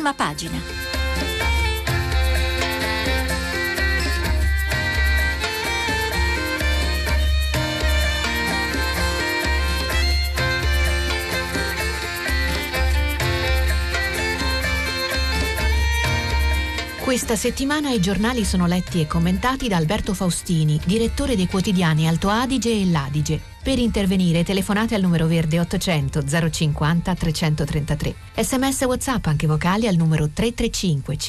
prima pagina. Questa settimana i giornali sono letti e commentati da Alberto Faustini, direttore dei quotidiani Alto Adige e l'Adige. Per intervenire telefonate al numero verde 800 050 333. SMS WhatsApp anche vocali al numero 335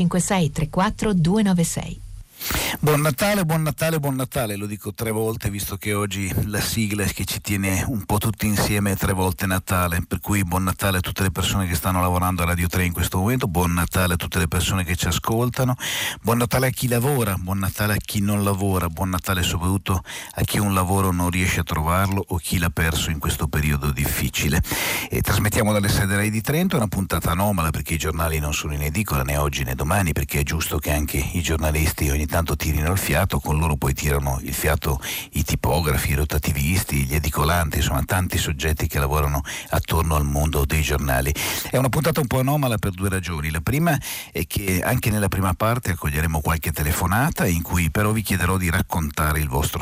5634 296. Buon Natale, buon Natale, buon Natale, lo dico 3 volte visto che oggi la sigla è che ci tiene un po' tutti insieme 3 volte Natale, per cui buon Natale a tutte le persone che stanno lavorando a Radio 3 in questo momento, buon Natale a tutte le persone che ci ascoltano, buon Natale a chi lavora, buon Natale a chi non lavora, buon Natale soprattutto a chi un lavoro non riesce a trovarlo o chi l'ha perso in questo periodo difficile. E trasmettiamo dalle sede Rai di Trento, è una puntata anomala perché i giornali non sono in edicola né oggi né domani, perché è giusto che anche i giornalisti ogni tanto tirino il fiato, con loro poi tirano il fiato i tipografi, i rotativisti, gli edicolanti, insomma tanti soggetti che lavorano attorno al mondo dei giornali. È una puntata un po' anomala per 2 ragioni. La prima è che anche nella prima parte accoglieremo qualche telefonata in cui però vi chiederò di raccontare il vostro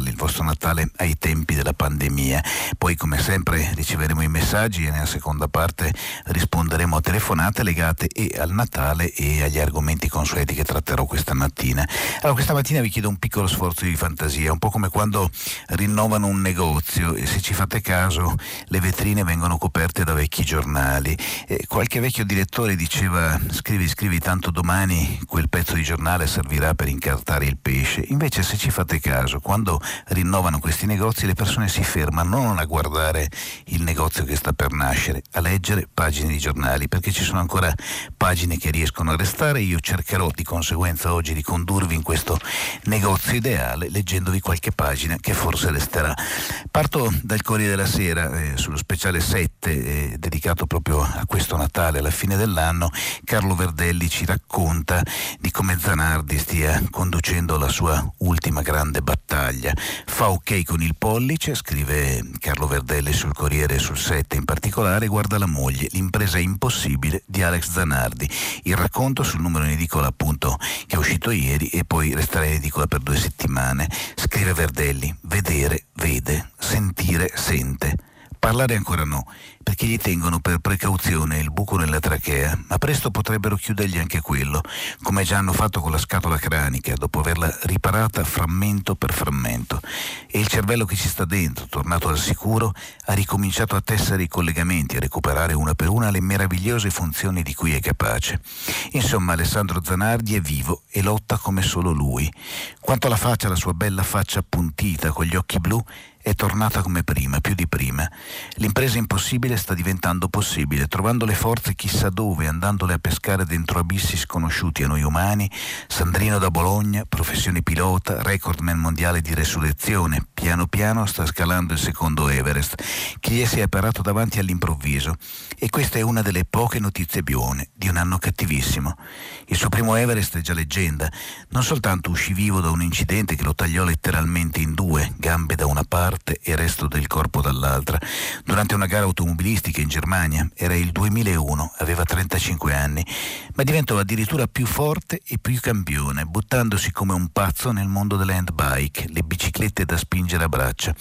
Natale ai tempi della pandemia. Poi come sempre riceveremo i messaggi e nella seconda parte risponderemo a telefonate legate e al Natale e agli argomenti consueti che tratterò questa mattina. Allora, questa mattina vi chiedo un piccolo sforzo di fantasia, un po' come quando rinnovano un negozio e se ci fate caso le vetrine vengono coperte da vecchi giornali. Qualche vecchio direttore diceva scrivi tanto domani quel pezzo di giornale servirà per incartare il pesce. Invece se ci fate caso, quando rinnovano questi negozi le persone si fermano non a guardare il negozio che sta per nascere, a leggere pagine di giornali, perché ci sono ancora pagine che riescono a restare. Io cercherò di conseguenza oggi di condurvi in questo negozio ideale leggendovi qualche pagina che forse resterà. Parto dal Corriere della Sera, sullo speciale 7 dedicato proprio a questo Natale, alla fine dell'anno. Carlo Verdelli ci racconta di come Zanardi stia conducendo la sua ultima grande battaglia. Fa ok con il pollice, scrive Carlo Verdelli sul Corriere, sul 7 in particolare, guarda la moglie, l'impresa impossibile di Alex Zanardi. Il racconto sul numero in edicola appunto che è uscito ieri e poi resterà in edicola per 2 settimane. Scrive Verdelli: vedere, vede, sentire, sente. Parlare ancora no, perché gli tengono per precauzione il buco nella trachea, ma presto potrebbero chiudergli anche quello, come già hanno fatto con la scatola cranica, dopo averla riparata frammento per frammento. E il cervello che ci sta dentro, tornato al sicuro, ha ricominciato a tessere i collegamenti, a recuperare una per una le meravigliose funzioni di cui è capace. Insomma, Alessandro Zanardi è vivo e lotta come solo lui. Quanto alla faccia, la sua bella faccia appuntita, con gli occhi blu, è tornata come prima, più di prima. L'impresa impossibile sta diventando possibile, trovando le forze chissà dove, andandole a pescare dentro abissi sconosciuti a noi umani. Sandrino da Bologna, professione pilota, recordman mondiale di resurrezione, piano piano sta scalando il secondo Everest, che gli si è apparato davanti all'improvviso. E questa è una delle poche notizie buone di un anno cattivissimo. Il suo primo Everest è già leggenda. Non soltanto uscì vivo da un incidente che lo tagliò letteralmente in 2, gambe da una parte e resto del corpo dall'altra, durante una gara automobilistica in Germania. Era il 2001, aveva 35 anni, ma diventò addirittura più forte e più campione, buttandosi come un pazzo nel mondo delle handbike, le biciclette da spingere a braccia.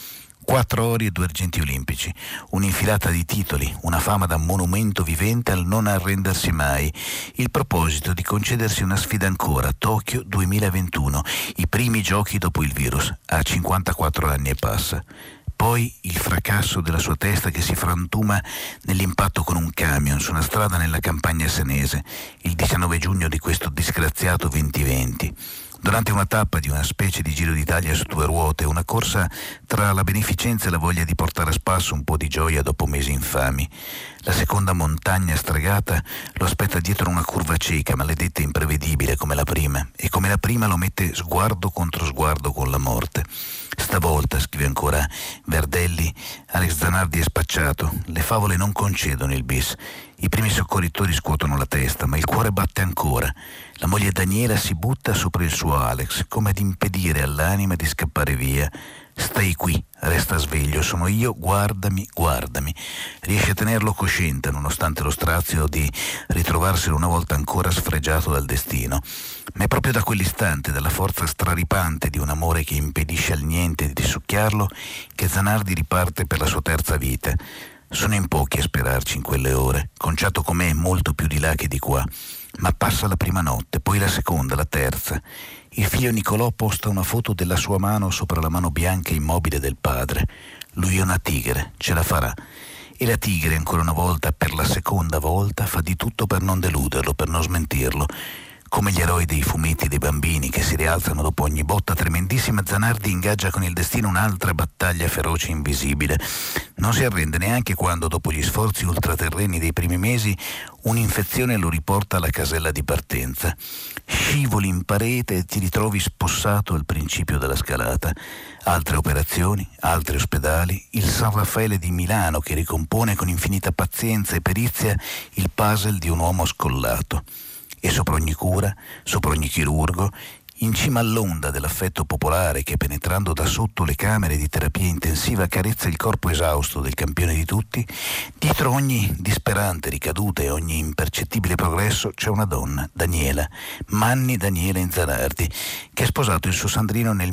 4 ori e 2 argenti olimpici, un'infilata di titoli, una fama da monumento vivente al non arrendersi mai, il proposito di concedersi una sfida ancora, Tokyo 2021, i primi giochi dopo il virus, a 54 anni e passa. Poi il fracasso della sua testa che si frantuma nell'impatto con un camion su una strada nella campagna senese, il 19 giugno di questo disgraziato 2020. Durante una tappa di una specie di Giro d'Italia su 2 ruote, una corsa tra la beneficenza e la voglia di portare a spasso un po' di gioia dopo mesi infami. La seconda montagna stregata lo aspetta dietro una curva cieca, maledetta e imprevedibile come la prima, e come la prima lo mette sguardo contro sguardo con la morte. Stavolta, scrive ancora Verdelli, Alex Zanardi è spacciato, le favole non concedono il bis. I primi soccorritori scuotono la testa, ma il cuore batte ancora. La moglie Daniela si butta sopra il suo Alex, come ad impedire all'anima di scappare via. Stai qui, resta sveglio, sono io, guardami, guardami. Riesce a tenerlo cosciente nonostante lo strazio di ritrovarselo una volta ancora sfregiato dal destino. Ma è proprio da quell'istante, dalla forza straripante di un amore che impedisce al niente di risucchiarlo, che Zanardi riparte per la sua terza vita. Sono in pochi a sperarci in quelle ore, conciato com'è molto più di là che di qua. Ma passa la prima notte, poi la seconda, la terza. Il figlio Nicolò posta una foto della sua mano sopra la mano bianca e immobile del padre. Lui è una tigre, ce la farà. E la tigre, ancora una volta, per la seconda volta, fa di tutto per non deluderlo, per non smentirlo. Come gli eroi dei fumetti dei bambini che si rialzano dopo ogni botta tremendissima, Zanardi ingaggia con il destino un'altra battaglia feroce e invisibile. Non si arrende neanche quando, dopo gli sforzi ultraterreni dei primi mesi, un'infezione lo riporta alla casella di partenza. Scivoli in parete e ti ritrovi spossato al principio della scalata. Altre operazioni, altri ospedali, il San Raffaele di Milano che ricompone con infinita pazienza e perizia il puzzle di un uomo scollato. E sopra ogni cura, sopra ogni chirurgo, in cima all'onda dell'affetto popolare che, penetrando da sotto le camere di terapia intensiva, carezza il corpo esausto del campione di tutti, dietro ogni disperante ricaduta e ogni impercettibile progresso c'è una donna, Daniela, Manni Daniela Zanardi, che ha sposato il suo Sandrino nel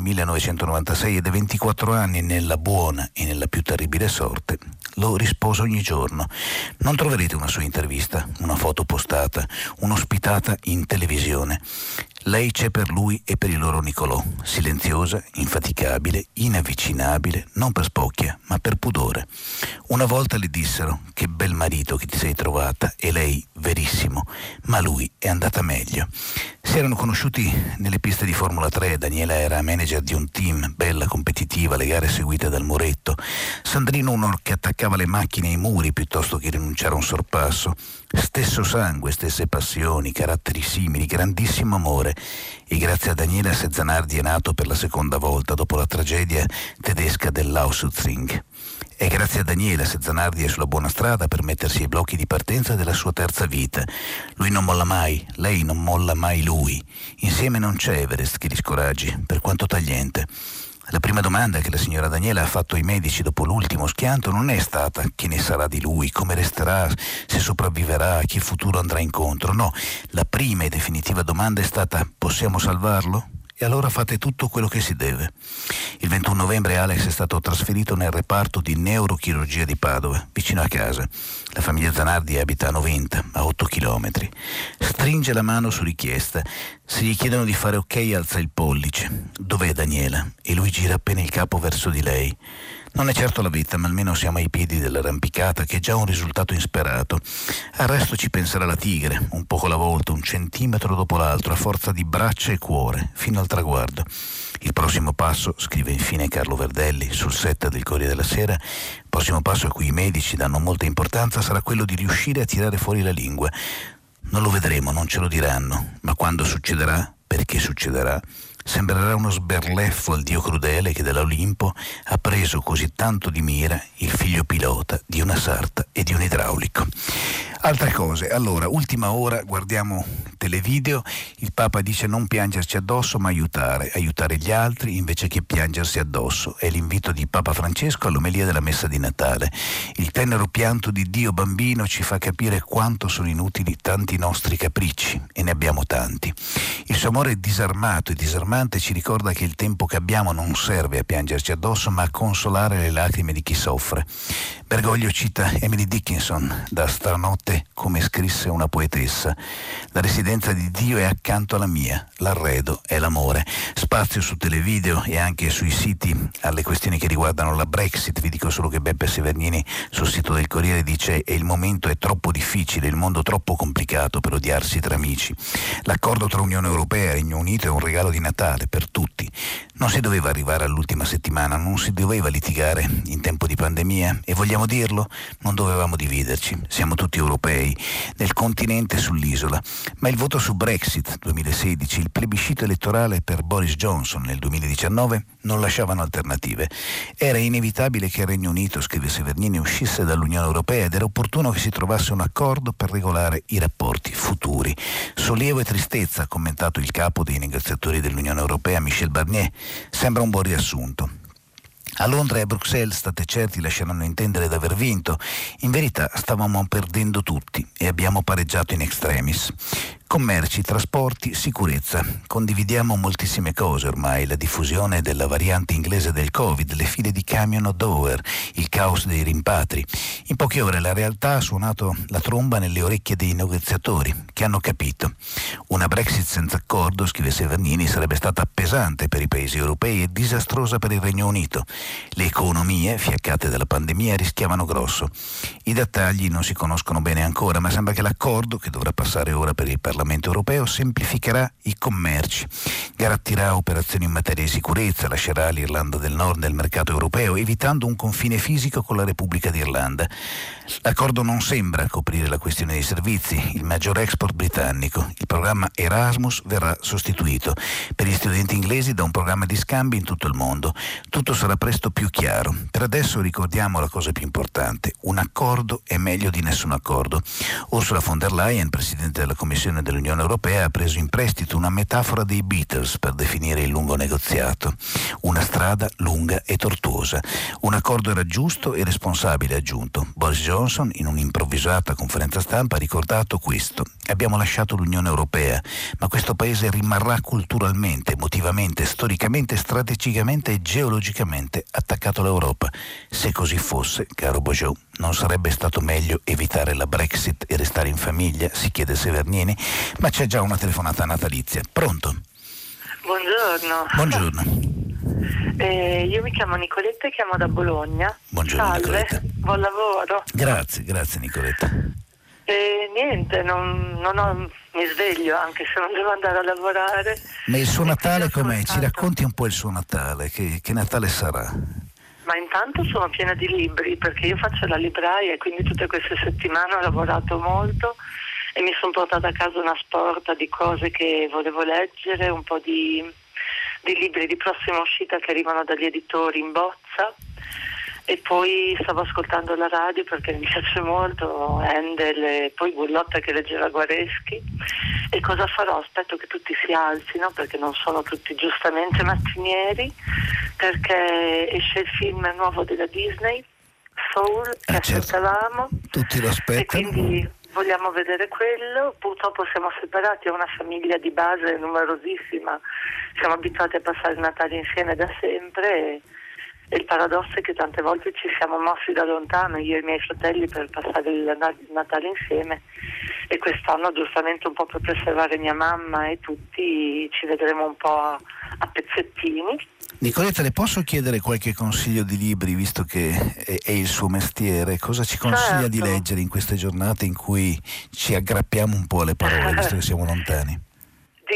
1996 ed è 24 anni nella buona e nella più terribile sorte. Lo risposa ogni giorno. Non troverete una sua intervista, una foto postata, un'ospitata in televisione. Lei c'è per lui e per il loro Nicolò, silenziosa, infaticabile, inavvicinabile, non per spocchia, ma per pudore. Una volta le dissero: che bel marito che ti sei trovata, e lei: verissimo, ma lui è andata meglio. Si erano conosciuti nelle piste di Formula 3, Daniela era manager di un team, bella, competitiva, le gare seguite dal muretto. Sandrino uno che attaccava le macchine ai muri piuttosto che rinunciare a un sorpasso. Stesso sangue, stesse passioni, caratteri simili, grandissimo amore. E grazie a Daniela Zanardi è nato per la seconda volta dopo la tragedia tedesca dell'Auschwitz. È grazie a Daniela se Zanardi è sulla buona strada per mettersi ai blocchi di partenza della sua terza vita. Lui non molla mai, lei non molla mai lui. Insieme non c'è Everest che li scoraggi, per quanto tagliente. La prima domanda che la signora Daniela ha fatto ai medici dopo l'ultimo schianto non è stata: che ne sarà di lui, come resterà, se sopravviverà, che futuro andrà incontro. No, la prima e definitiva domanda è stata: possiamo salvarlo? E allora fate tutto quello che si deve. Il 21 novembre Alex è stato trasferito nel reparto di neurochirurgia di Padova, vicino a casa. La famiglia Zanardi abita a Noventa, a 8 chilometri. Stringe la mano su richiesta. Se gli chiedono di fare ok, alza il pollice. Dov'è Daniela? E lui gira appena il capo verso di lei. Non è certo la vetta, ma almeno siamo ai piedi dell'arrampicata, che è già un risultato insperato. Al resto ci penserà la tigre, un poco alla volta, un centimetro dopo l'altro, a forza di braccia e cuore, fino al traguardo. Il prossimo passo, scrive infine Carlo Verdelli sul set del Corriere della Sera, il prossimo passo a cui i medici danno molta importanza sarà quello di riuscire a tirare fuori la lingua. Non lo vedremo, non ce lo diranno, ma quando succederà, perché succederà, sembrerà uno sberleffo al dio crudele che dall'Olimpo ha preso così tanto di mira il figlio pilota di una sarta e di un idraulico. Altre cose, allora, ultima ora, guardiamo televideo, il Papa dice: non piangerci addosso ma aiutare gli altri invece che piangersi addosso. È l'invito di Papa Francesco all'omelia della messa di Natale. Il tenero pianto di Dio bambino ci fa capire quanto sono inutili tanti nostri capricci, e ne abbiamo tanti. Il suo amore disarmato e disarmante ci ricorda che il tempo che abbiamo non serve a piangerci addosso ma a consolare le lacrime di chi soffre. Bergoglio cita Emily Dickinson da Stanotte, come scrisse una poetessa: la residenza di Dio è accanto alla mia, l'arredo è l'amore. Spazio su televideo e anche sui siti alle questioni che riguardano la Brexit. Vi dico solo che Beppe Severnini sul sito del Corriere dice: e il momento è troppo difficile, il mondo troppo complicato per odiarsi tra amici. L'accordo tra Unione Europea e Regno Unito è un regalo di Natale per tutti. Non si doveva arrivare all'ultima settimana, non si doveva litigare in tempo di pandemia, e vogliamo dirlo, non dovevamo dividerci. Siamo tutti europei, nel continente e sull'isola. Ma il voto su Brexit 2016, il plebiscito elettorale per Boris Johnson nel 2019 non lasciavano alternative. Era inevitabile che il Regno Unito, scrive Severnini, uscisse dall'Unione Europea ed era opportuno che si trovasse un accordo per regolare i rapporti futuri. Sollievo e tristezza, ha commentato il capo dei negoziatori dell'Unione Europea, Michel Barnier. Sembra un buon riassunto. A Londra e a Bruxelles, state certi, lasceranno intendere di aver vinto. In verità stavamo perdendo tutti e abbiamo pareggiato in extremis. Commerci, trasporti, sicurezza. Condividiamo moltissime cose ormai, la diffusione della variante inglese del Covid, le file di camion a Dover, il caos dei rimpatri. In poche ore la realtà ha suonato la tromba nelle orecchie dei negoziatori, che hanno capito. Una Brexit senza accordo, scrive Severnini, sarebbe stata pesante per i paesi europei e disastrosa per il Regno Unito. Le economie, fiaccate dalla pandemia, rischiavano grosso. I dettagli non si conoscono bene ancora, ma sembra che l'accordo, che dovrà passare ora per il Parlamento europeo, semplificherà i commerci, garantirà operazioni in materia di sicurezza, lascerà l'Irlanda del Nord nel mercato europeo, evitando un confine fisico con la Repubblica d'Irlanda. L'accordo non sembra coprire la questione dei servizi, il maggior export britannico. Il programma Erasmus verrà sostituito per gli studenti inglesi da un programma di scambi in tutto il mondo. Tutto sarà presto più chiaro. Per adesso ricordiamo la cosa più importante: un accordo è meglio di nessun accordo. Ursula von der Leyen, Presidente della Commissione dell'Unione Europea, ha preso in prestito una metafora dei Beatles per definire il lungo negoziato. Una strada lunga e tortuosa. Un accordo era giusto e responsabile, ha aggiunto. Boris Johnson, in un'improvvisata conferenza stampa, ha ricordato questo: abbiamo lasciato l'Unione Europea, ma questo paese rimarrà culturalmente, emotivamente, storicamente, strategicamente e geologicamente attaccato all'Europa. Se così fosse, caro Bojo, non sarebbe stato meglio evitare la Brexit e restare in famiglia? Si chiede Severnini, ma c'è già una telefonata natalizia. Pronto? Buongiorno. Buongiorno. Io mi chiamo Nicoletta e chiamo da Bologna. Buongiorno. Salve. Nicoletta. Buon lavoro. Grazie Nicoletta. Niente, mi sveglio anche se non devo andare a lavorare. Ma il suo Natale com'è? Ci racconti un po' il suo Natale, che Natale sarà? Ma intanto sono piena di libri, perché io faccio la libraia e quindi tutte queste settimane ho lavorato molto e mi sono portata a casa una sporta di cose che volevo leggere, un po' di libri di prossima uscita che arrivano dagli editori in bozza, e poi stavo ascoltando la radio perché mi piace molto Handel e poi Gullotta che leggeva Guareschi. E cosa farò? Aspetto che tutti si alzino, perché non sono tutti giustamente mattinieri, perché esce il film nuovo della Disney, Soul, che aspettavamo. Tutti lo aspettano. E quindi vogliamo vedere quello. Purtroppo siamo separati, è una famiglia di base numerosissima, siamo abituati a passare il Natale insieme da sempre e il paradosso è che tante volte ci siamo mossi da lontano, io e i miei fratelli, per passare il Natale insieme, e quest'anno giustamente un po' per preservare mia mamma e tutti ci vedremo un po' a pezzettini. Nicoletta, le posso chiedere qualche consiglio di libri, visto che è il suo mestiere? Cosa ci consiglia di leggere in queste giornate in cui ci aggrappiamo un po' alle parole, visto che siamo lontani? Di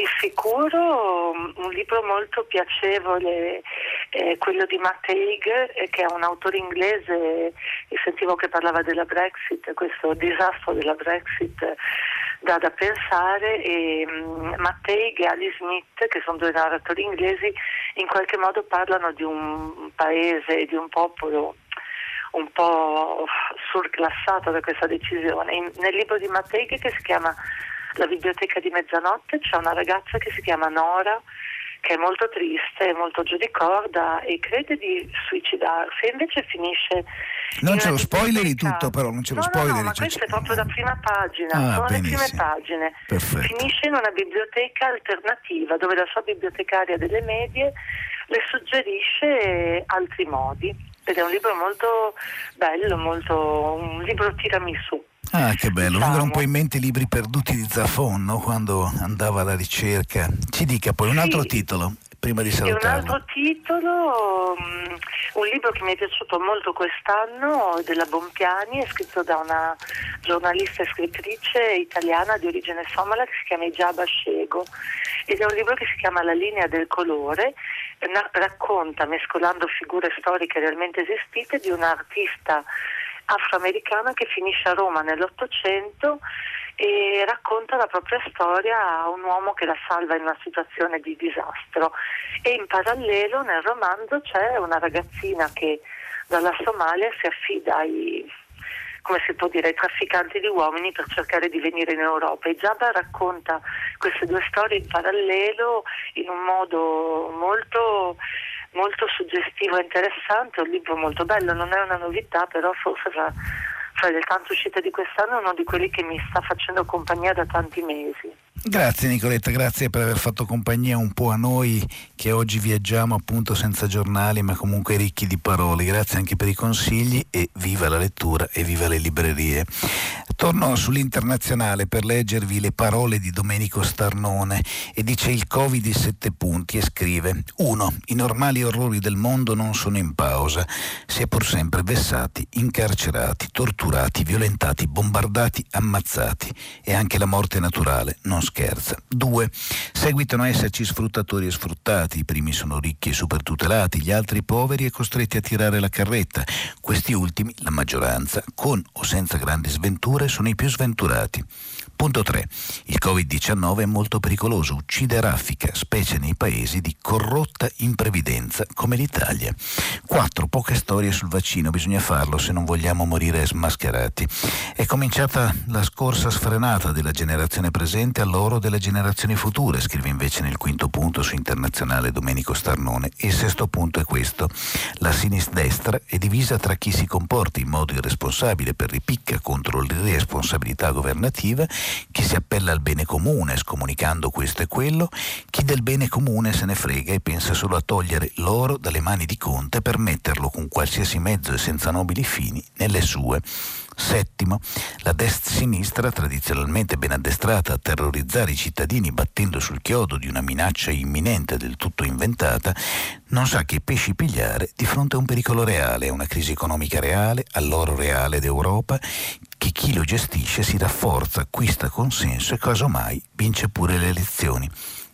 sicuro un libro molto piacevole è quello di Matt Haig, che è un autore inglese, e sentivo che parlava della Brexit, questo disastro della Brexit dà da pensare, e Matt Haig e Ali Smith, che sono due narratori inglesi, in qualche modo parlano di un paese e di un popolo un po' surclassato da questa decisione. Nel libro di Matt Haig, che si chiama La biblioteca di mezzanotte, c'è una ragazza che si chiama Nora, che è molto triste, molto giù di corda e crede di suicidarsi, e invece finisce... Non ce lo spoileri tutto, però, non ce lo spoileri. No, ma questa è proprio la prima pagina, sono benissimo. le prime pagine. Perfetto. Finisce in una biblioteca alternativa, dove la sua bibliotecaria delle medie le suggerisce altri modi, ed è un libro molto bello, un libro tiramisù. Ah, che bello, diciamo. Vengono un po' in mente i libri perduti di Zafon, no? Quando andava alla ricerca. Ci dica poi un altro titolo, prima di salutarlo. Un altro titolo, un libro che mi è piaciuto molto quest'anno, della Bompiani, è scritto da una giornalista e scrittrice italiana di origine somala che si chiama Ijaba Shego, ed è un libro che si chiama La linea del colore. Racconta, mescolando figure storiche realmente esistite, di un'artista afroamericana che finisce a Roma nell'Ottocento e racconta la propria storia a un uomo che la salva in una situazione di disastro, e in parallelo nel romanzo c'è una ragazzina che dalla Somalia si affida ai trafficanti di uomini per cercare di venire in Europa. E Giabba racconta queste due storie in parallelo in un modo molto molto suggestivo e interessante, un libro molto bello, non è una novità, però forse fra le tante uscite di quest'anno è uno di quelli che mi sta facendo compagnia da tanti mesi. Grazie Nicoletta, grazie per aver fatto compagnia un po' a noi che oggi viaggiamo appunto senza giornali ma comunque ricchi di parole. Grazie anche per i consigli e viva la lettura e viva le librerie. Torno sull'Internazionale per leggervi le parole di Domenico Starnone e dice il Covid 7 punti e scrive: 1. I normali orrori del mondo non sono in pausa, si è pur sempre vessati, incarcerati, torturati, violentati, bombardati, ammazzati e anche la morte naturale non scherza. 2. Seguitano a esserci sfruttatori e sfruttati, i primi sono ricchi e supertutelati, gli altri poveri e costretti a tirare la carretta. Questi ultimi, la maggioranza, con o senza grandi sventure, sono i più sventurati. Punto 3. Il Covid-19 è molto pericoloso, uccide e raffica, specie nei paesi di corrotta imprevidenza come l'Italia. 4. Poche storie sul vaccino, bisogna farlo se non vogliamo morire smascherati. È cominciata la scorsa sfrenata della generazione presente all'oro delle generazioni future, scrive invece nel quinto punto su Internazionale Domenico Starnone. E il sesto punto è questo: la sinistra è divisa tra chi si comporta in modo irresponsabile per ripicca contro l'irresponsabilità governativa, chi si appella al bene comune scomunicando questo e quello, chi del bene comune se ne frega e pensa solo a togliere l'oro dalle mani di Conte per metterlo con qualsiasi mezzo e senza nobili fini nelle sue. Settimo, la destra-sinistra, tradizionalmente ben addestrata a terrorizzare i cittadini battendo sul chiodo di una minaccia imminente del tutto inventata, non sa che pesci pigliare di fronte a un pericolo reale, a una crisi economica reale, all'oro reale d'Europa, che chi lo gestisce si rafforza, acquista consenso e casomai vince pure le elezioni.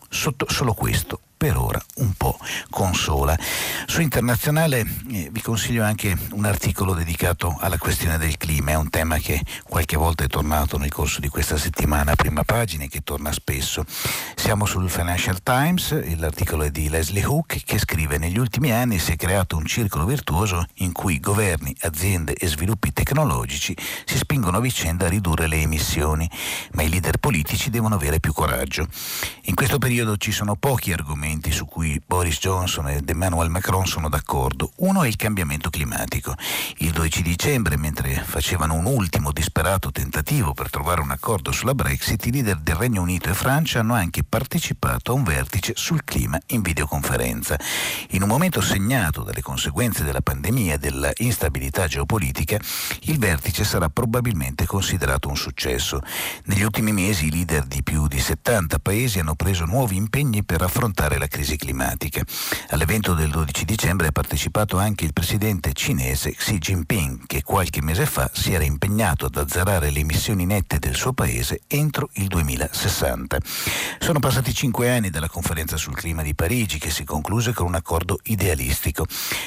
Solo questo per ora un po' consola. Su Internazionale vi consiglio anche un articolo dedicato alla questione del clima, è un tema che qualche volta è tornato nel corso di questa settimana a prima pagina e che torna spesso. Siamo sul Financial Times, l'articolo è di Leslie Hook che scrive: negli ultimi anni si è creato un circolo virtuoso in cui governi, aziende e sviluppi tecnologici si spingono a vicenda a ridurre le emissioni, ma i leader politici devono avere più coraggio. In questo periodo ci sono pochi argomenti su cui Boris Johnson ed Emmanuel Macron sono d'accordo. Uno è il cambiamento climatico. Il 12 dicembre, mentre facevano un ultimo disperato tentativo per trovare un accordo sulla Brexit, i leader del Regno Unito e Francia hanno anche partecipato a un vertice sul clima in videoconferenza. In un momento segnato dalle conseguenze della pandemia e della instabilità geopolitica, il vertice sarà probabilmente considerato un successo. Negli ultimi mesi i leader di più di 70 paesi hanno preso nuovi impegni per affrontare la crisi climatica. All'evento del 12 dicembre ha partecipato anche il presidente cinese Xi Jinping, che qualche mese fa si era impegnato ad azzerare le emissioni nette del suo paese entro il 2060. Sono passati 5 anni dalla conferenza sul clima di Parigi, che si concluse con un accordo idealistico.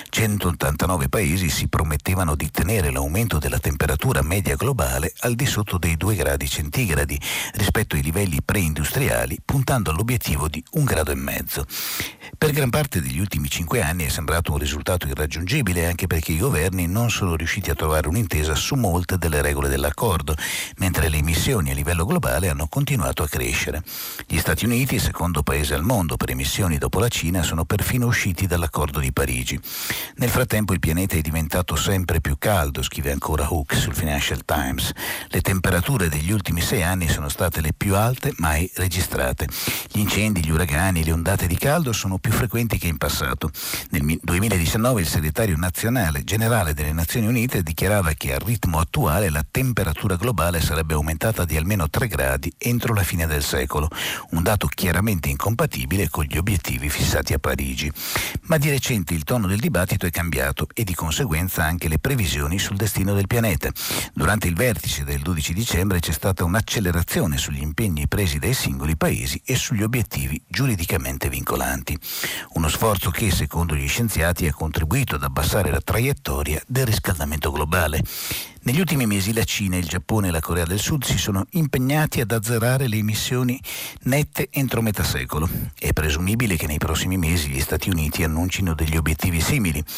189 paesi si promettevano di tenere l'aumento della temperatura media globale al di sotto dei 2 gradi centigradi rispetto ai livelli preindustriali, puntando all'obiettivo di 1,5 gradi. Per gran parte degli ultimi 5 anni è sembrato un risultato irraggiungibile, anche perché i governi non sono riusciti a trovare un'intesa su molte delle regole dell'accordo, mentre le emissioni a livello globale hanno continuato a crescere. Gli Stati Uniti, secondo paese al mondo per emissioni dopo la Cina, sono perfino usciti dall'accordo di Parigi. Nel frattempo il pianeta è diventato sempre più caldo, scrive ancora Hook sul Financial Times. Le temperature degli ultimi 6 anni sono state le più alte mai registrate. Gli incendi, gli uragani e le ondate di caldo sono più frequenti che in passato. Nel 2019 il segretario nazionale generale delle Nazioni Unite dichiarava che al ritmo attuale la temperatura globale sarebbe aumentata di almeno 3 gradi entro la fine del secolo, un dato chiaramente incompatibile con gli obiettivi fissati a Parigi. Ma di recente il tono del dibattito è cambiato e di conseguenza anche le previsioni sul destino del pianeta. Durante il vertice del 12 dicembre c'è stata un'accelerazione sugli impegni presi dai singoli paesi e sugli obiettivi giuridicamente vincolanti. Uno sforzo che, secondo gli scienziati, ha contribuito ad abbassare la traiettoria del riscaldamento globale. Negli ultimi mesi la Cina, il Giappone e la Corea del Sud si sono impegnati ad azzerare le emissioni nette entro metà secolo. È presumibile che nei prossimi mesi gli Stati Uniti annuncino degli obiettivi simili.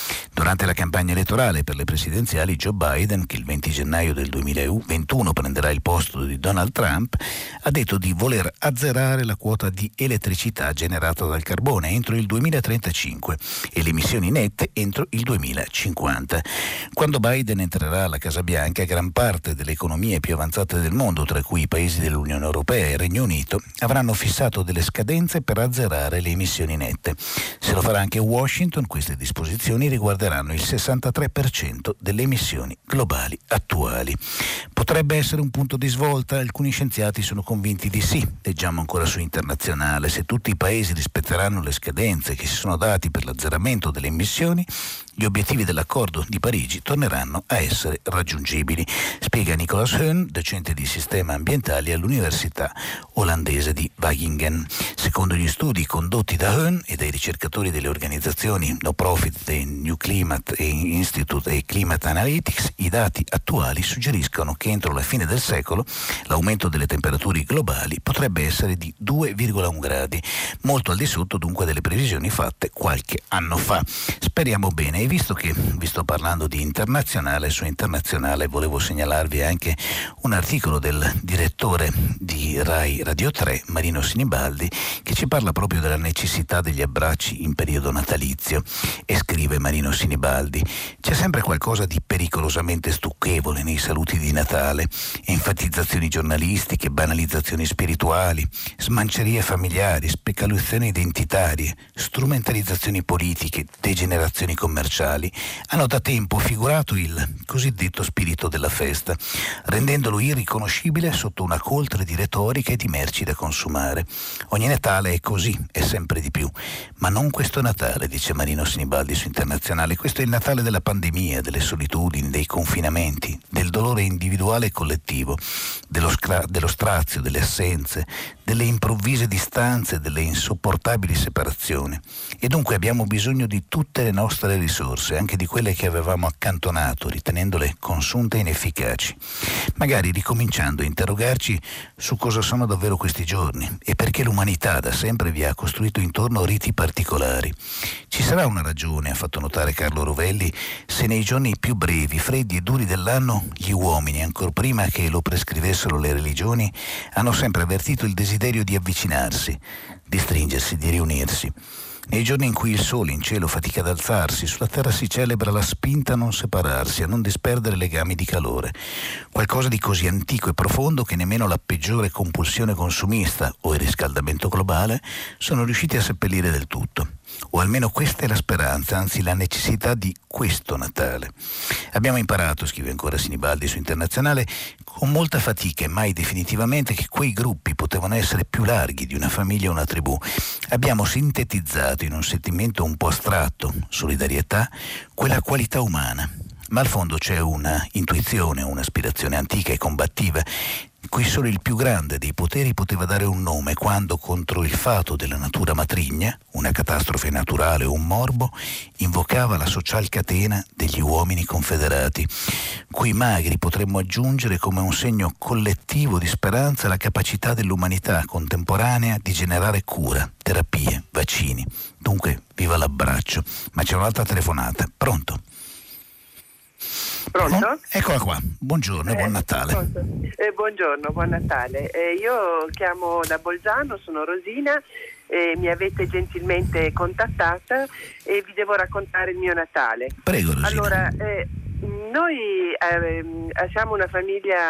Durante la campagna elettorale per le presidenziali, Joe Biden, che il 20 gennaio del 2021 prenderà il posto di Donald Trump, ha detto di voler azzerare la quota di elettricità generata dal carbone entro il 2035 e le emissioni nette entro il 2050. Quando Biden entrerà alla Casa Bianca, gran parte delle economie più avanzate del mondo, tra cui i paesi dell'Unione Europea e il Regno Unito, avranno fissato delle scadenze per azzerare le emissioni nette. Se lo farà anche Washington, queste disposizioni riguarderanno il 63% delle emissioni globali attuali. Potrebbe essere un punto di svolta? Alcuni scienziati sono convinti di sì. Leggiamo ancora su Internazionale: se tutti i paesi rispetteranno le scadenze che si sono dati per l'azzeramento delle emissioni, gli obiettivi dell'accordo di Parigi torneranno a essere raggiungibili, spiega Nicolas Heun, docente di sistema ambientali all'Università olandese di Wageningen. Secondo gli studi condotti da Heun e dai ricercatori delle organizzazioni no profit del New Climate Institute e Climate Analytics, i dati attuali suggeriscono che entro la fine del secolo l'aumento delle temperature globali potrebbe essere di 2,1 gradi, molto al di sotto dunque delle previsioni fatte qualche anno fa. Speriamo bene. E visto che vi sto parlando di Internazionale, su Internazionale volevo segnalarvi anche un articolo del direttore di Rai Radio 3, Marino Sinibaldi, che ci parla proprio della necessità degli abbracci in periodo natalizio. E scrive Marino Sinibaldi: c'è sempre qualcosa di pericolosamente stucchevole nei saluti di Natale, enfatizzazioni giornalistiche, banalizzazioni spirituali, smancerie familiari, speculazioni identitarie, strumentalizzazioni politiche, degenerazioni commerciali hanno da tempo figurato il cosiddetto spirito della festa, rendendolo irriconoscibile sotto una coltre di retorica e di merci da consumare. Ogni Natale è così, è sempre di più, ma non questo Natale, dice Marino Sinibaldi su Internazionale. Questo è il Natale della pandemia, delle solitudini, dei confinamenti, del dolore individuale e collettivo, dello strazio, delle assenze, delle improvvise distanze, delle insopportabili separazioni. E dunque abbiamo bisogno di tutte le nostre risorse, anche di quelle che avevamo accantonato, ritenendole consunte e inefficaci. Magari ricominciando a interrogarci su cosa sono davvero questi giorni e perché l'umanità da sempre vi ha costruito intorno riti particolari. Ci sarà una ragione, ha fatto notare Carlo Rovelli, se nei giorni più brevi, freddi e duri dell'anno gli uomini, ancor prima che lo prescrivessero le religioni, hanno sempre avvertito il desiderio di avvicinarsi, di stringersi, di riunirsi. Nei giorni in cui il sole in cielo fatica ad alzarsi, sulla terra si celebra la spinta a non separarsi, a non disperdere legami di calore. Qualcosa di così antico e profondo che nemmeno la peggiore compulsione consumista o il riscaldamento globale sono riusciti a seppellire del tutto. O almeno questa è la speranza, anzi la necessità di questo Natale. Abbiamo imparato, scrive ancora Sinibaldi su Internazionale, con molta fatica e mai definitivamente, che quei gruppi potevano essere più larghi di una famiglia o una tribù. Abbiamo sintetizzato in un sentimento un po' astratto, solidarietà, quella qualità umana. Ma al fondo c'è una intuizione, un'aspirazione antica e combattiva, cui solo il più grande dei poteri poteva dare un nome quando, contro il fato della natura matrigna, una catastrofe naturale o un morbo, invocava la social catena degli uomini confederati, cui magri potremmo aggiungere come un segno collettivo di speranza la capacità dell'umanità contemporanea di generare cura, terapie, vaccini. Dunque, viva l'abbraccio. Ma c'è un'altra telefonata. Pronto? Pronto? Eccola qua, buongiorno e buon Natale. Buongiorno, buon Natale. Io chiamo da Bolzano, sono Rosina, mi avete gentilmente contattata e vi devo raccontare il mio Natale. Prego, Rosina. Allora, noi siamo una famiglia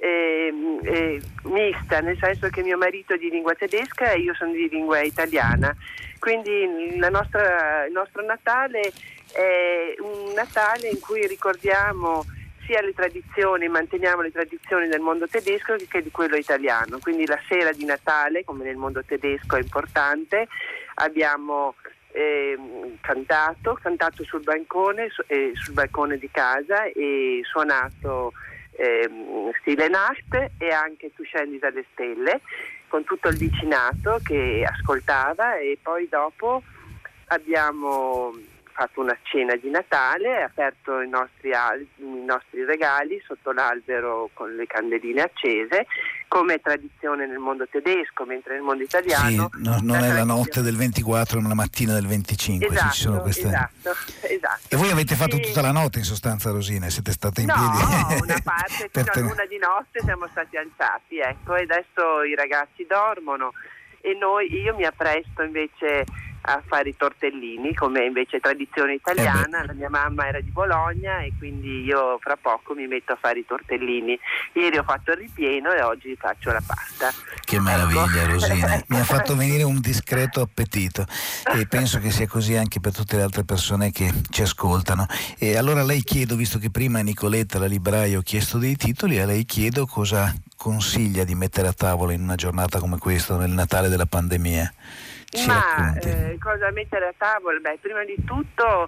mista, nel senso che mio marito è di lingua tedesca e io sono di lingua italiana, quindi il nostro Natale è un Natale in cui ricordiamo sia le tradizioni, manteniamo le tradizioni del mondo tedesco che di quello italiano. Quindi la sera di Natale, come nel mondo tedesco è importante, abbiamo cantato sul balcone di casa e suonato Stille Nacht e anche Tu scendi dalle stelle, con tutto il vicinato che ascoltava, e poi dopo abbiamo fatto una cena di Natale, aperto i nostri regali sotto l'albero con le candeline accese, come è tradizione nel mondo tedesco, mentre nel mondo italiano... Sì, non è la notte del 24, ma la mattina del 25. Esatto, ci sono queste... esatto. E voi avete fatto tutta la notte in sostanza, Rosina, siete state in piedi? No, una parte, fino a luna di notte siamo stati alzati, ecco, e adesso i ragazzi dormono e io mi appresto invece a fare i tortellini, come invece tradizione italiana. La mia mamma era di Bologna e quindi io fra poco mi metto a fare i tortellini. Ieri ho fatto il ripieno e oggi faccio la pasta. Che meraviglia, Rosina, mi ha fatto venire un discreto appetito e penso che sia così anche per tutte le altre persone che ci ascoltano. E allora lei chiedo, visto che prima a Nicoletta, la libraia, ho chiesto dei titoli, a lei chiedo cosa consiglia di mettere a tavola in una giornata come questa, nel Natale della pandemia. Cosa mettere a tavola? Beh, prima di tutto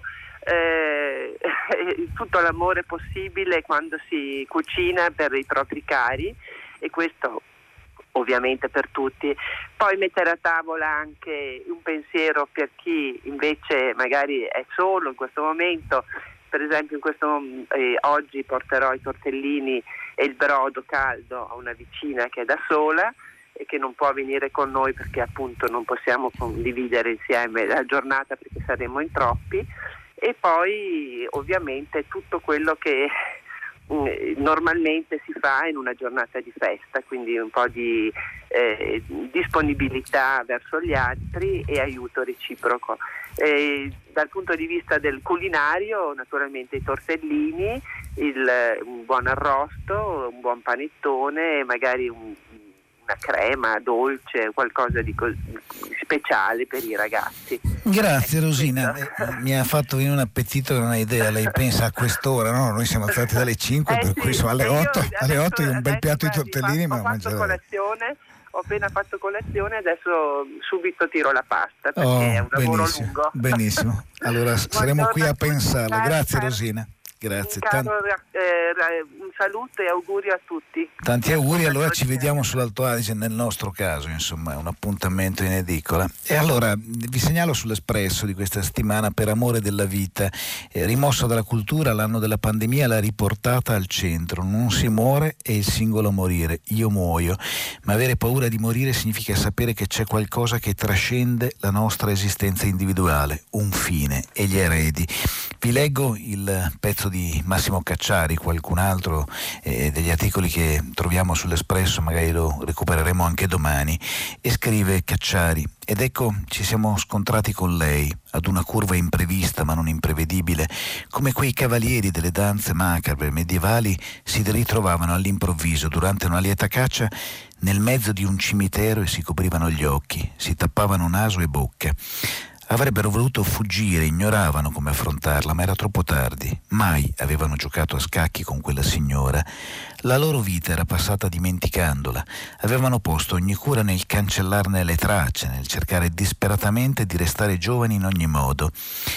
tutto l'amore possibile quando si cucina per i propri cari, e questo ovviamente per tutti. Poi mettere a tavola anche un pensiero per chi invece magari è solo in questo momento. Per esempio oggi porterò i tortellini e il brodo caldo a una vicina che è da sola e che non può venire con noi perché appunto non possiamo condividere insieme la giornata perché saremo in troppi. E poi ovviamente tutto quello che normalmente si fa in una giornata di festa, quindi un po' di disponibilità verso gli altri e aiuto reciproco. Dal punto di vista del culinario, naturalmente i tortellini, un buon arrosto, un buon panettone, magari una crema dolce, qualcosa di speciale per i ragazzi. Grazie Rosina, mi ha fatto venire un appetito e una idea. Lei pensa a quest'ora, no? Noi siamo stati dalle 5, per cui insomma, alle 8 io un bel piatto di tortellini me lo mangerei. Ho appena fatto colazione, adesso subito tiro la pasta perché è un lavoro lungo. Benissimo, allora saremo qui a pensarla. Grazie Rosina. Grazie. Un saluto e auguri a tutti. Tanti auguri, allora ci vediamo sull'Alto Adige nel nostro caso, insomma è un appuntamento in edicola. E allora vi segnalo sull'Espresso di questa settimana Per amore della vita, rimossa dalla cultura, l'anno della pandemia l'ha riportata al centro. Non si muore, è il singolo morire, io muoio, ma avere paura di morire significa sapere che c'è qualcosa che trascende la nostra esistenza individuale, un fine, e gli eredi. Vi leggo il pezzo di Massimo Cacciari, qualcun altro degli articoli che troviamo sull'Espresso, magari lo recupereremo anche domani, e scrive Cacciari: ed ecco ci siamo scontrati con lei ad una curva imprevista ma non imprevedibile, come quei cavalieri delle danze macabre medievali si ritrovavano all'improvviso durante una lieta caccia nel mezzo di un cimitero e si coprivano gli occhi, si tappavano naso e bocca. Avrebbero voluto fuggire, ignoravano come affrontarla, ma era troppo tardi. Mai avevano giocato a scacchi con quella signora. La loro vita era passata dimenticandola. Avevano posto ogni cura nel cancellarne le tracce, nel cercare disperatamente di restare giovani in ogni modo.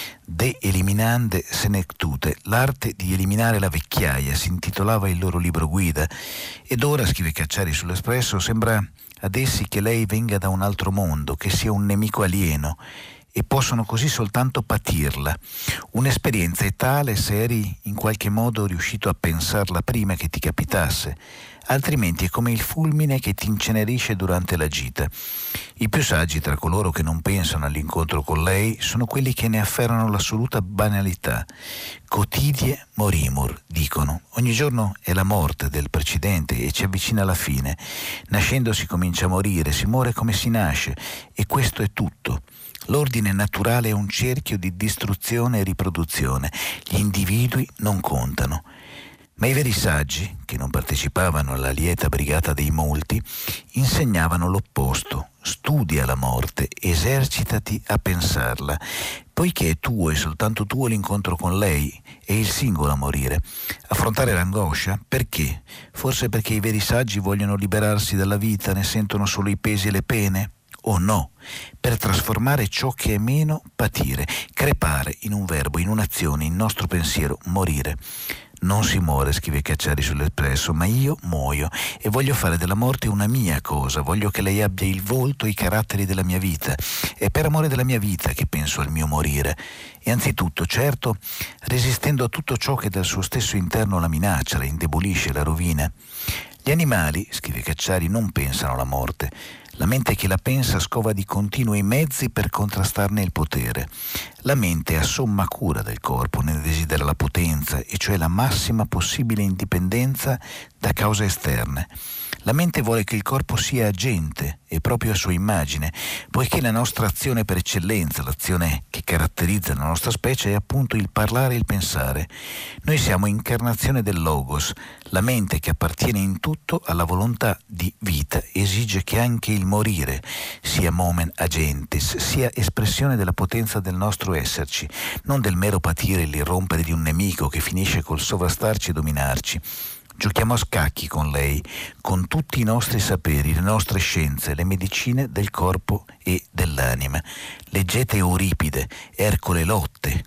De eliminande senectute, l'arte di eliminare la vecchiaia, si intitolava il loro libro guida. Ed ora, scrive Cacciari sull'Espresso, sembra ad essi che lei venga da un altro mondo, che sia un nemico alieno, e possono così soltanto patirla. Un'esperienza è tale se eri in qualche modo riuscito a pensarla prima che ti capitasse, altrimenti è come il fulmine che ti incenerisce durante la gita. I più saggi tra coloro che non pensano all'incontro con lei sono quelli che ne afferrano l'assoluta banalità. Quotidie morimur, dicono. Ogni giorno è la morte del precedente e ci avvicina alla fine. Nascendo si comincia a morire, si muore come si nasce, e questo è tutto. L'ordine naturale è un cerchio di distruzione e riproduzione. Gli individui non contano. Ma i veri saggi, che non partecipavano alla lieta brigata dei molti, insegnavano l'opposto. Studia la morte, esercitati a pensarla, poiché è tuo e soltanto tuo l'incontro con lei, è il singolo a morire. Affrontare l'angoscia? Perché? Forse perché i veri saggi vogliono liberarsi dalla vita, ne sentono solo i pesi e le pene? O no, per trasformare ciò che è meno, patire, crepare in un verbo, in un'azione, in nostro pensiero, morire. Non si muore, scrive Cacciari sull'Espresso, ma io muoio e voglio fare della morte una mia cosa, voglio che lei abbia il volto e i caratteri della mia vita. È per amore della mia vita che penso al mio morire. E anzitutto, certo, resistendo a tutto ciò che dal suo stesso interno la minaccia, la indebolisce, la rovina. Gli animali, scrive Cacciari, non pensano alla morte. La mente che la pensa scova di continuo i mezzi per contrastarne il potere. La mente ha somma cura del corpo, ne desidera la potenza, e cioè la massima possibile indipendenza da cause esterne. La mente vuole che il corpo sia agente e proprio a sua immagine, poiché la nostra azione per eccellenza, l'azione che caratterizza la nostra specie, è appunto il parlare e il pensare. Noi siamo incarnazione del Logos. La mente, che appartiene in tutto alla volontà di vita, esige che anche il morire sia momen agentis, sia espressione della potenza del nostro esserci, non del mero patire e l'irrompere di un nemico che finisce col sovrastarci e dominarci. Giochiamo a scacchi con lei, con tutti i nostri saperi, le nostre scienze, le medicine del corpo e dell'anima. Leggete Euripide, Ercole lotta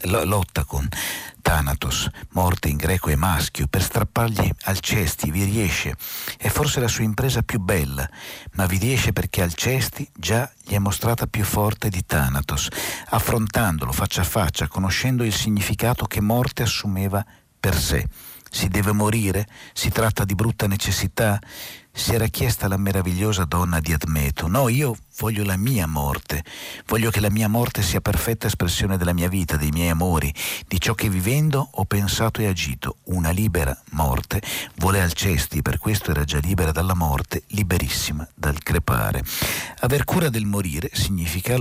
con Thanatos, morte in greco e maschio, per strappargli Alcesti, vi riesce. È forse la sua impresa più bella, ma vi riesce perché Alcesti già gli è mostrata più forte di Thanatos, affrontandolo faccia a faccia, conoscendo il significato che morte assumeva per sé. Si deve morire? Si tratta di brutta necessità? Si era chiesta la meravigliosa donna di Admeto. No, io voglio la mia morte. Voglio che la mia morte sia perfetta espressione della mia vita, dei miei amori, di ciò che vivendo ho pensato e agito. Una libera morte vuole Alcesti, per questo era già libera dalla morte, liberissima dal crepare. Aver cura del morire significa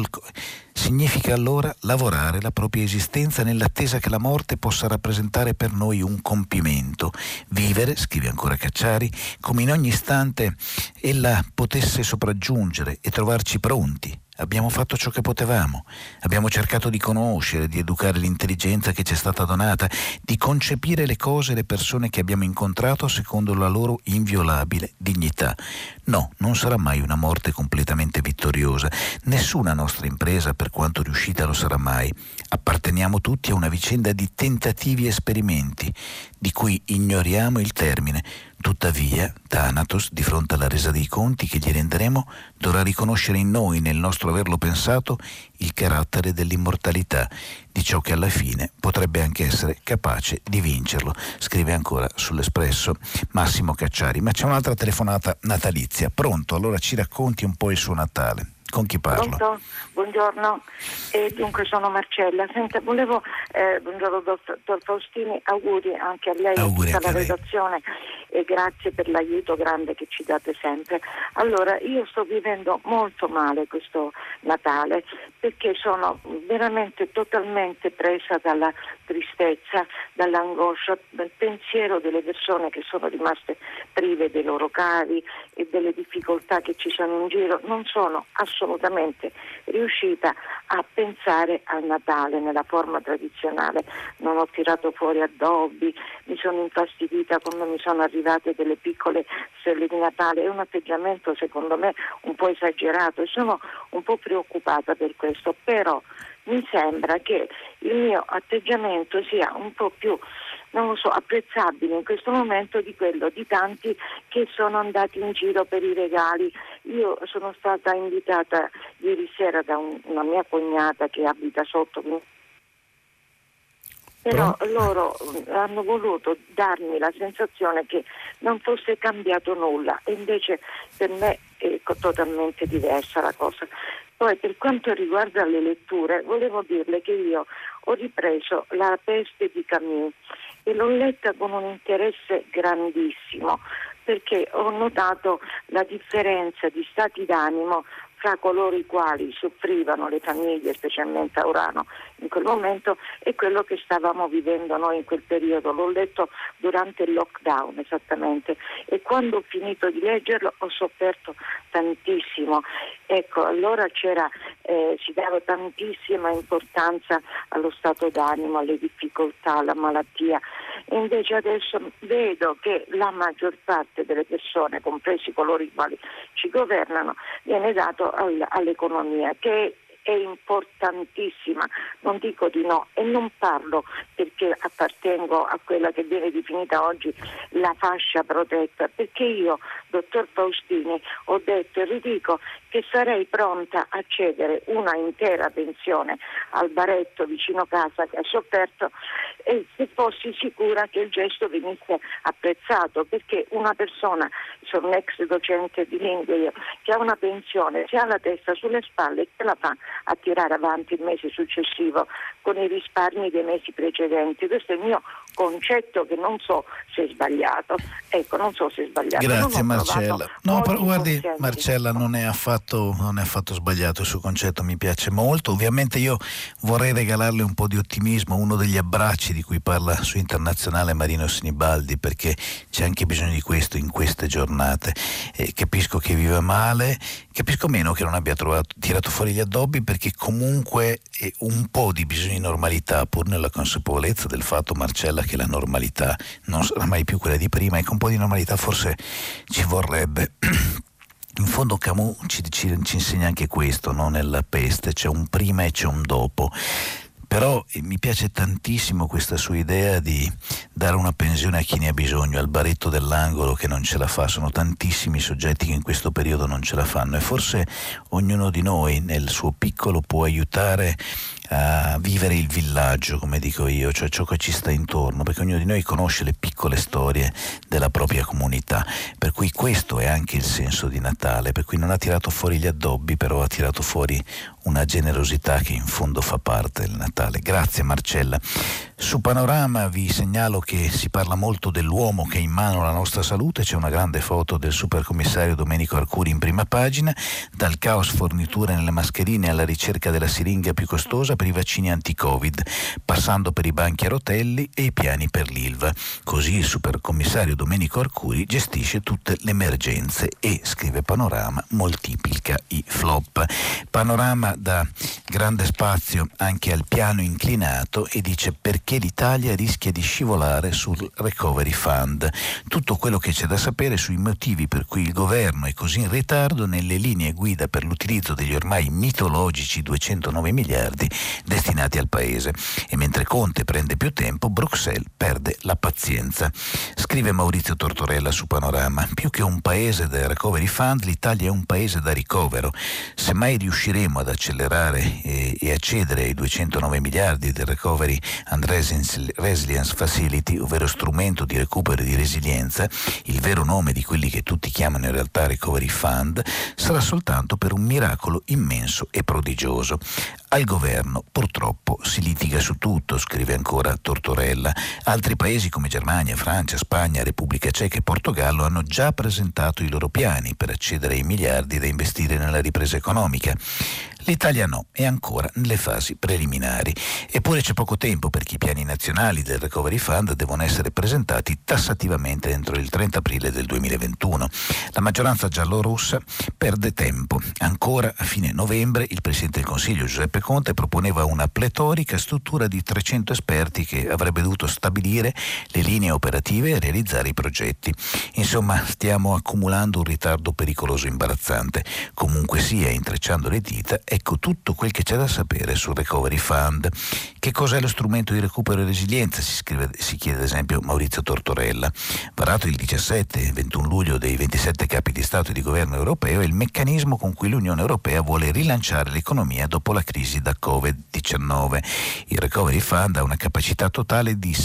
allora lavorare la propria esistenza nell'attesa che la morte possa rappresentare per noi un compimento. Vivere, scrive ancora Cacciari, come in ogni istante ella potesse sopraggiungere e trovarci pronti. Abbiamo fatto ciò che potevamo, abbiamo cercato di conoscere, di educare l'intelligenza che ci è stata donata, di concepire le cose e le persone che abbiamo incontrato secondo la loro inviolabile dignità. No, non sarà mai una morte completamente vittoriosa, nessuna nostra impresa, per quanto riuscita, lo sarà mai. Apparteniamo tutti a una vicenda di tentativi e esperimenti, di cui ignoriamo il termine. Tuttavia, Thanatos, di fronte alla resa dei conti che gli renderemo, dovrà riconoscere in noi, nel nostro averlo pensato, il carattere dell'immortalità, di ciò che alla fine potrebbe anche essere capace di vincerlo. Scrive ancora sull'Espresso Massimo Cacciari. Ma c'è un'altra telefonata natalizia. Pronto? Allora ci racconti un po' il suo Natale. Con chi parlo? Pronto? Buongiorno, dunque sono Marcella. Senta, buongiorno dottor Faustini, auguri anche a lei e a tutta la redazione e grazie per l'aiuto grande che ci date sempre. Allora, io sto vivendo molto male questo Natale perché sono veramente totalmente presa dalla tristezza, dall'angoscia, dal pensiero delle persone che sono rimaste prive dei loro cari e delle difficoltà che ci sono in giro. Non sono assolutamente riuscita a pensare al Natale nella forma tradizionale. Non ho tirato fuori addobbi, mi sono infastidita quando mi sono arrivate delle piccole stelle di Natale. È un atteggiamento secondo me un po' esagerato e sono un po' preoccupata per questo, però mi sembra che il mio atteggiamento sia un po' più, non lo so, apprezzabile in questo momento di quello di tanti che sono andati in giro per i regali. Io sono stata invitata ieri sera da una mia cognata che abita sotto, però loro hanno voluto darmi la sensazione che non fosse cambiato nulla e invece per me è totalmente diversa la cosa. Poi per quanto riguarda le letture, volevo dirle che io ho ripreso La peste di Camus e l'ho letta con un interesse grandissimo perché ho notato la differenza di stati d'animo fra coloro i quali soffrivano, le famiglie, specialmente a Urano in quel momento, e quello che stavamo vivendo noi in quel periodo. L'ho letto durante il lockdown esattamente e quando ho finito di leggerlo ho sofferto tantissimo. Ecco, allora si dava tantissima importanza allo stato d'animo, alle difficoltà, alla malattia. E invece adesso vedo che la maggior parte delle persone, compresi coloro i quali ci governano, viene dato all'economia, che è importantissima, non dico di no, e non parlo perché appartengo a quella che viene definita oggi la fascia protetta, perché io, dottor Faustini, ho detto e ridico che sarei pronta a cedere una intera pensione al baretto vicino casa che ha sofferto, e se fossi sicura che il gesto venisse apprezzato, perché una persona, sono un ex docente di lingue io, che ha una pensione, si ha la testa sulle spalle e che la fa a tirare avanti il mese successivo con i risparmi dei mesi precedenti. Questo è il mio concetto, che non so se è sbagliato. Ecco, non so se è sbagliato. Grazie Marcella. No, però guardi Marcella, non è affatto sbagliato il suo concetto, mi piace molto. Ovviamente io vorrei regalarle un po' di ottimismo, uno degli abbracci di cui parla su Internazionale Marino Sinibaldi, perché c'è anche bisogno di questo in queste giornate. Capisco che viva male, capisco meno che non abbia tirato fuori gli addobbi, perché comunque un po' di bisogno di normalità, pur nella consapevolezza del fatto, Marcella, che la normalità non sarà mai più quella di prima, ecco, un po' di normalità forse ci vorrebbe. In fondo Camus ci insegna anche questo, no? Nella Peste c'è un prima e c'è un dopo. Però mi piace tantissimo questa sua idea di dare una pensione a chi ne ha bisogno, al baretto dell'angolo che non ce la fa. Sono tantissimi soggetti che in questo periodo non ce la fanno, e forse ognuno di noi nel suo piccolo può aiutare a vivere il villaggio, come dico io, cioè ciò che ci sta intorno, perché ognuno di noi conosce le piccole storie della propria comunità, per cui questo è anche il senso di Natale, per cui non ha tirato fuori gli addobbi, però ha tirato fuori una generosità che in fondo fa parte del Natale. Grazie Marcella. Su Panorama vi segnalo che si parla molto dell'uomo che è in mano alla nostra salute. C'è una grande foto del supercommissario Domenico Arcuri in prima pagina, dal caos forniture nelle mascherine alla ricerca della siringa più costosa per i vaccini anti-Covid, passando per i banchi a rotelli e i piani per l'Ilva. Così il supercommissario Domenico Arcuri gestisce tutte le emergenze e, scrive Panorama, moltiplica i flop. Panorama dà grande spazio anche al piano inclinato e dice perché l'Italia rischia di scivolare sul Recovery Fund. Tutto quello che c'è da sapere sui motivi per cui il governo è così in ritardo nelle linee guida per l'utilizzo degli ormai mitologici 209 miliardi destinati al Paese. E mentre Conte prende più tempo, Bruxelles perde la pazienza. Scrive Maurizio Tortorella su Panorama: più che un paese del Recovery Fund, l'Italia è un paese da ricovero. Se mai riusciremo ad accelerare e accedere ai 209 miliardi del Recovery and Resilience Facility, ovvero strumento di recupero e di resilienza, il vero nome di quelli che tutti chiamano in realtà Recovery Fund, sarà soltanto per un miracolo immenso e prodigioso. Al governo purtroppo si litiga su tutto, scrive ancora Tortorella. Altri paesi come Germania, Francia, Spagna, Repubblica Ceca e Portogallo hanno già presentato i loro piani per accedere ai miliardi da investire nella ripresa economica. L'Italia no, è ancora nelle fasi preliminari. Eppure c'è poco tempo, perché i piani nazionali del Recovery Fund devono essere presentati tassativamente entro il 30 aprile del 2021. La maggioranza giallorossa perde tempo. Ancora a fine novembre il Presidente del Consiglio Giuseppe Conte proponeva una pletorica struttura di 300 esperti che avrebbe dovuto stabilire le linee operative e realizzare i progetti. Insomma, stiamo accumulando un ritardo pericoloso e imbarazzante. Comunque sia, intrecciando le dita, ecco tutto quel che c'è da sapere sul Recovery Fund. Che cos'è lo strumento di recupero e resilienza? Si chiede ad esempio Maurizio Tortorella. Varato il 17 e 21 luglio dei 27 capi di Stato e di Governo europeo, è il meccanismo con cui l'Unione Europea vuole rilanciare l'economia dopo la crisi da Covid-19. Il Recovery Fund ha una capacità totale di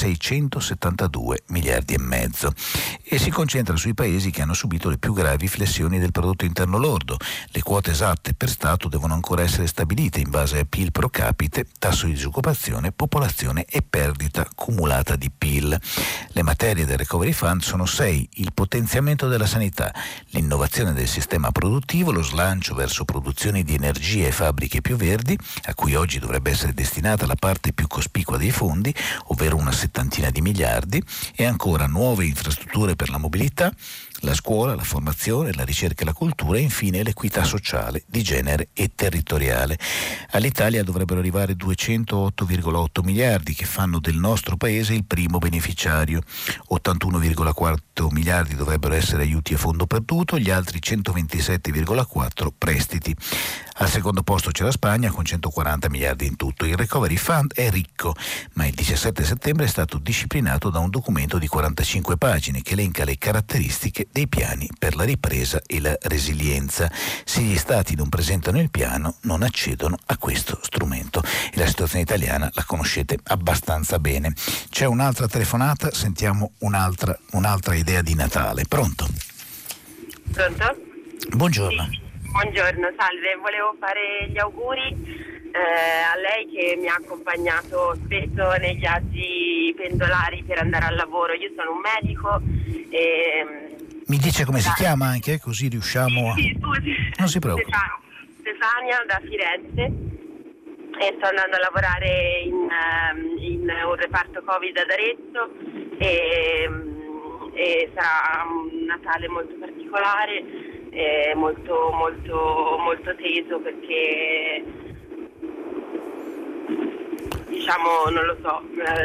672 miliardi e mezzo e si concentra sui paesi che hanno subito le più gravi flessioni del prodotto interno lordo. Le quote esatte per Stato devono ancora essere stabilite in base a PIL pro capite, tasso di disoccupazione, popolazione e perdita cumulata di PIL. Le materie del Recovery Fund sono 6: il potenziamento della sanità, l'innovazione del sistema produttivo, lo slancio verso produzioni di energia e fabbriche più verdi, a cui oggi dovrebbe essere destinata la parte più cospicua dei fondi, ovvero una 70 di miliardi, e ancora nuove infrastrutture per la mobilità, la scuola, la formazione, la ricerca e la cultura e infine l'equità sociale di genere e territoriale. All'Italia dovrebbero arrivare 208,8 miliardi che fanno del nostro paese il primo beneficiario. 81,4 miliardi dovrebbero essere aiuti a fondo perduto, gli altri 127,4 prestiti. Al secondo posto c'è la Spagna con 140 miliardi in tutto. Il Recovery Fund è ricco, ma il 17 settembre è stato disciplinato da un documento di 45 pagine che elenca le caratteristiche dei piani per la ripresa e la resilienza. Se gli stati non presentano il piano, non accedono a questo strumento. E la situazione italiana la conoscete abbastanza bene. C'è un'altra telefonata, sentiamo un'altra idea di Natale. Pronto? Pronto? Buongiorno. Sì. Buongiorno, salve, volevo fare gli auguri a lei che mi ha accompagnato spesso nei viaggi pendolari per andare al lavoro. Io sono un medico e... Mi dice come si chiama anche, così riusciamo a... Sì, scusi. Non si preoccupi. Stefania da Firenze e sto andando a lavorare in un reparto Covid ad Arezzo e sarà un Natale molto particolare. Molto molto molto teso perché diciamo non lo so,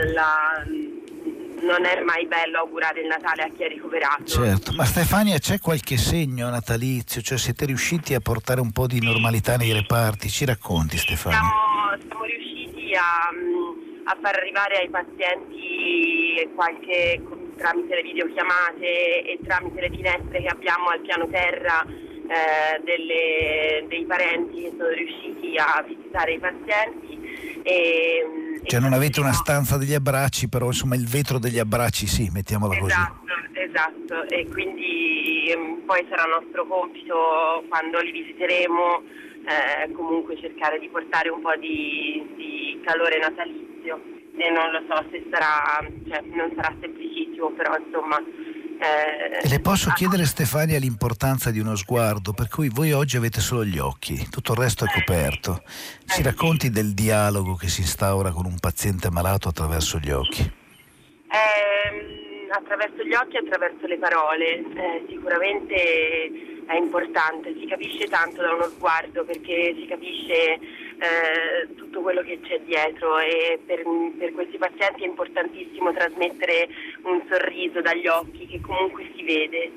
non è mai bello augurare il Natale a chi è ricoverato. Certo, ma Stefania, c'è qualche segno natalizio? Cioè siete riusciti a portare un po' di normalità nei reparti? Ci racconti, Stefania? Siamo riusciti a far arrivare ai pazienti qualche, tramite le videochiamate e tramite le finestre che abbiamo al piano terra dei parenti che sono riusciti a visitare i pazienti. Cioè non avete una stanza degli abbracci, però insomma il vetro degli abbracci sì, mettiamola così. Esatto, e quindi poi sarà nostro compito quando li visiteremo comunque cercare di portare un po' di calore natalizio. E non lo so se sarà, non sarà semplicissimo, però insomma... Le posso chiedere, Stefania, l'importanza di uno sguardo, per cui voi oggi avete solo gli occhi, tutto il resto è coperto. Ci racconti del dialogo che si instaura con un paziente malato attraverso gli occhi? Attraverso gli occhi e attraverso le parole, sicuramente è importante, si capisce tanto da uno sguardo perché si capisce tutto quello che c'è dietro e per questi pazienti è importantissimo trasmettere un sorriso dagli occhi che comunque si vede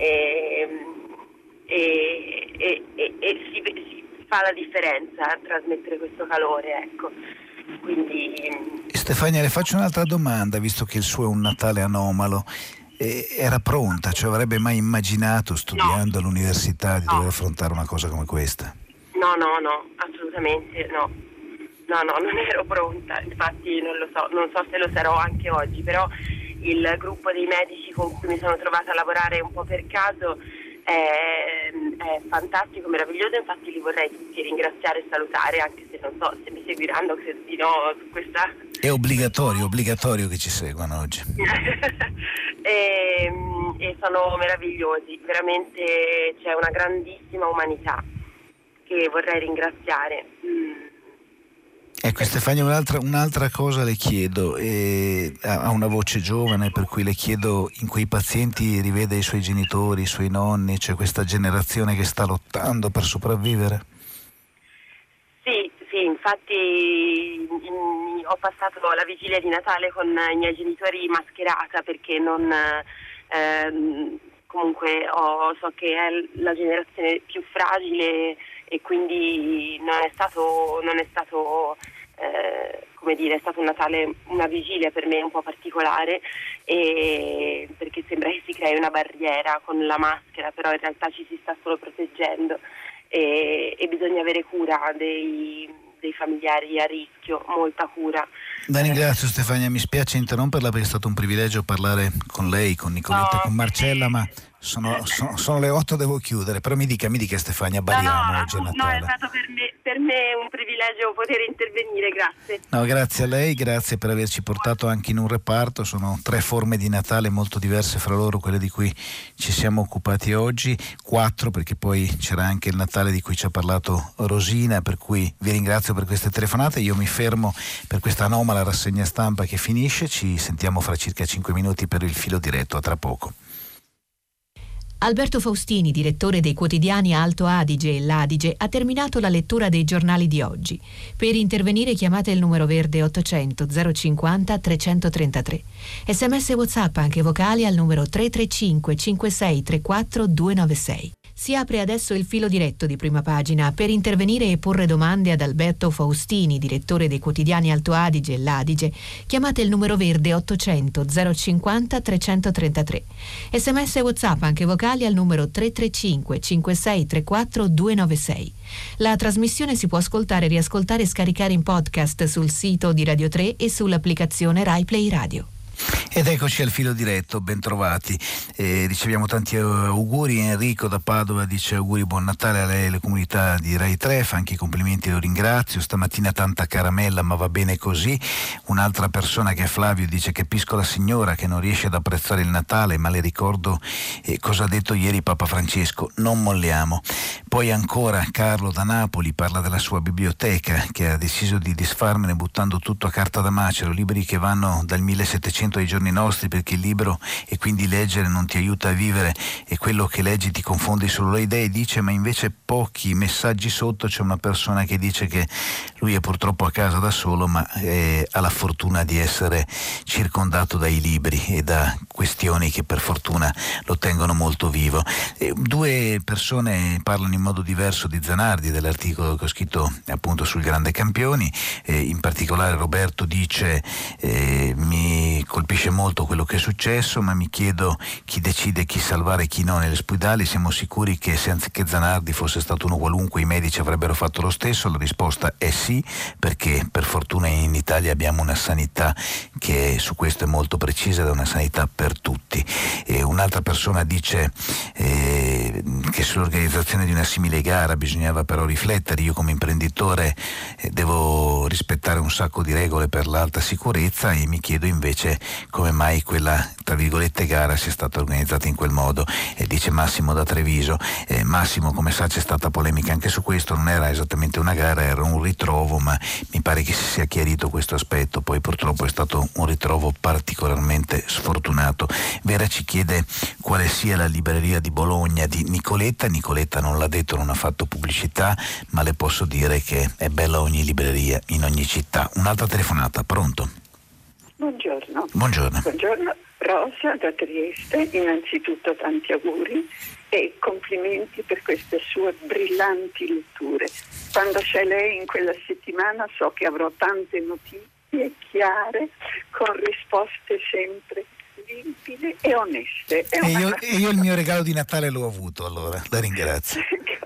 e si fa la differenza trasmettere questo calore, ecco. Quindi... Stefania, le faccio un'altra domanda, visto che il suo è un Natale anomalo. Era pronta, cioè avrebbe mai immaginato, studiando all'università, di dover affrontare una cosa come questa? No, assolutamente no, non ero pronta, infatti non so se lo sarò anche oggi, però il gruppo dei medici con cui mi sono trovata a lavorare un po' per caso è fantastico, meraviglioso, infatti li vorrei tutti ringraziare e salutare, anche se non so se mi seguiranno, credo di no su questa... È obbligatorio che ci seguano oggi. e sono meravigliosi, veramente c'è una grandissima umanità che vorrei ringraziare. Ecco, Stefania, un'altra cosa le chiedo, ha una voce giovane, per cui le chiedo, in quei pazienti rivede i suoi genitori, i suoi nonni, c'è questa generazione che sta lottando per sopravvivere? Sì, infatti ho passato la vigilia di Natale con i miei genitori mascherata perché comunque so che è la generazione più fragile e quindi non è stato come dire, è stato un Natale, una vigilia per me un po' particolare perché sembra che si crei una barriera con la maschera, però in realtà ci si sta solo proteggendo e bisogna avere cura dei familiari a rischio, molta cura, La ringrazio Stefania, mi spiace interromperla perché è stato un privilegio parlare con lei, con Nicoletta e con Marcella, ma sono le 8, devo chiudere, però mi dica Stefania, badiamo oggi a Natale. No, è stato per me un privilegio poter intervenire, grazie. No, grazie a lei, grazie per averci portato anche in un reparto. Sono 3 forme di Natale molto diverse fra loro, quelle di cui ci siamo occupati oggi, 4 perché poi c'era anche il Natale di cui ci ha parlato Rosina, per cui vi ringrazio per queste telefonate. Io mi fermo per questa anomala rassegna stampa che finisce, ci sentiamo fra circa 5 minuti per il filo diretto, a tra poco. Alberto Faustini, direttore dei quotidiani Alto Adige e l'Adige, ha terminato la lettura dei giornali di oggi. Per intervenire chiamate il numero verde 800 050 333. SMS WhatsApp anche vocali al numero 335 56 34 296. Si apre adesso il filo diretto di Prima Pagina. Per intervenire e porre domande ad Alberto Faustini, direttore dei quotidiani Alto Adige e l'Adige, chiamate il numero verde 800 050 333. SMS WhatsApp anche vocali al numero 335 56 34 296. La trasmissione si può ascoltare, riascoltare e scaricare in podcast sul sito di Radio 3 e sull'applicazione Rai Play Radio. Ed eccoci al filo diretto, ben trovati. Riceviamo tanti auguri. Enrico da Padova dice auguri, buon Natale a lei e alle comunità di Rai 3, fa anche i complimenti, lo ringrazio. Stamattina tanta caramella, ma va bene così. Un'altra persona, che è Flavio, dice: capisco la signora che non riesce ad apprezzare il Natale, ma le ricordo cosa ha detto ieri Papa Francesco, non molliamo. Poi ancora Carlo da Napoli parla della sua biblioteca, che ha deciso di disfarmene buttando tutto a carta da macero, libri che vanno dal 1700 ai giorni nostri, perché il libro e quindi leggere non ti aiuta a vivere, e quello che leggi ti confondi solo le idee. Dice, ma invece pochi messaggi sotto c'è una persona che dice che lui è purtroppo a casa da solo, ma ha la fortuna di essere circondato dai libri e da questioni che per fortuna lo tengono molto vivo. 2 persone parlano in modo diverso di Zanardi, dell'articolo che ho scritto appunto sul Grande Campioni. In particolare Roberto dice: mi colpisce molto quello che è successo, ma mi chiedo chi decide chi salvare e chi no negli ospedali. Siamo sicuri che se anziché Zanardi fosse stato uno qualunque i medici avrebbero fatto lo stesso? La risposta è sì, perché per fortuna in Italia abbiamo una sanità che su questo è molto precisa ed è una sanità per tutti. Un'altra persona dice che sull'organizzazione di una simile gara bisognava però riflettere. Io come imprenditore devo rispettare un sacco di regole per l'alta sicurezza, e mi chiedo invece come mai quella, tra virgolette, gara sia stata organizzata in quel modo. Dice Massimo da Treviso. Massimo, come sa, c'è stata polemica anche su questo, non era esattamente una gara, era un ritrovo, ma mi pare che si sia chiarito questo aspetto. Poi purtroppo è stato un ritrovo particolarmente sfortunato. Vera ci chiede quale sia la libreria di Bologna di Nicoletta. Nicoletta non l'ha detto, non ha fatto pubblicità, ma le posso dire che è bella ogni libreria in ogni città. Un'altra telefonata, pronto? Buongiorno. Buongiorno. Buongiorno, Rosa da Trieste. Innanzitutto tanti auguri e complimenti per queste sue brillanti letture. Quando c'è lei in quella settimana so che avrò tante notizie chiare, con risposte sempre limpide e oneste. E io il mio regalo di Natale l'ho avuto, allora la ringrazio.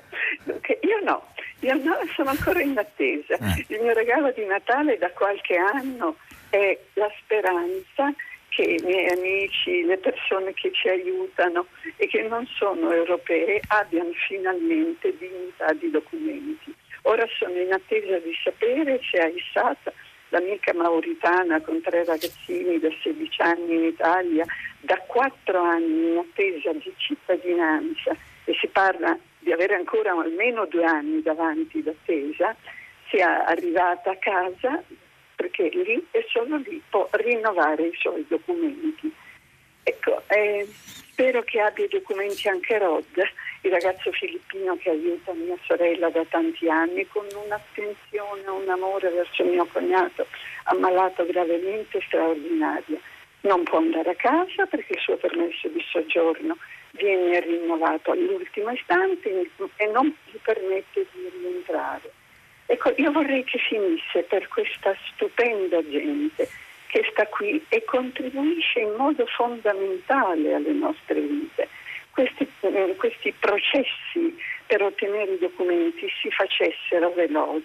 Io no, sono ancora in attesa. Il mio regalo di Natale da qualche anno è la speranza che i miei amici, le persone che ci aiutano e che non sono europee, abbiano finalmente dignità di documenti. Ora sono in attesa di sapere se Aissata, l'amica mauritana con 3 ragazzini da 16 anni in Italia, da 4 anni in attesa di cittadinanza, e si parla di avere ancora almeno 2 anni davanti d'attesa, sia arrivata a casa, perché lì e solo lì può rinnovare i suoi documenti. Ecco, spero che abbia i documenti anche Rod, il ragazzo filippino che aiuta mia sorella da tanti anni, con un'attenzione, un amore verso mio cognato ammalato gravemente straordinaria. Non può andare a casa perché il suo permesso di soggiorno viene rinnovato all'ultimo istante e non gli permette di rientrare. Ecco, io vorrei che finisse per questa stupenda gente che sta qui e contribuisce in modo fondamentale alle nostre vite. Questi processi per ottenere i documenti si facessero veloci,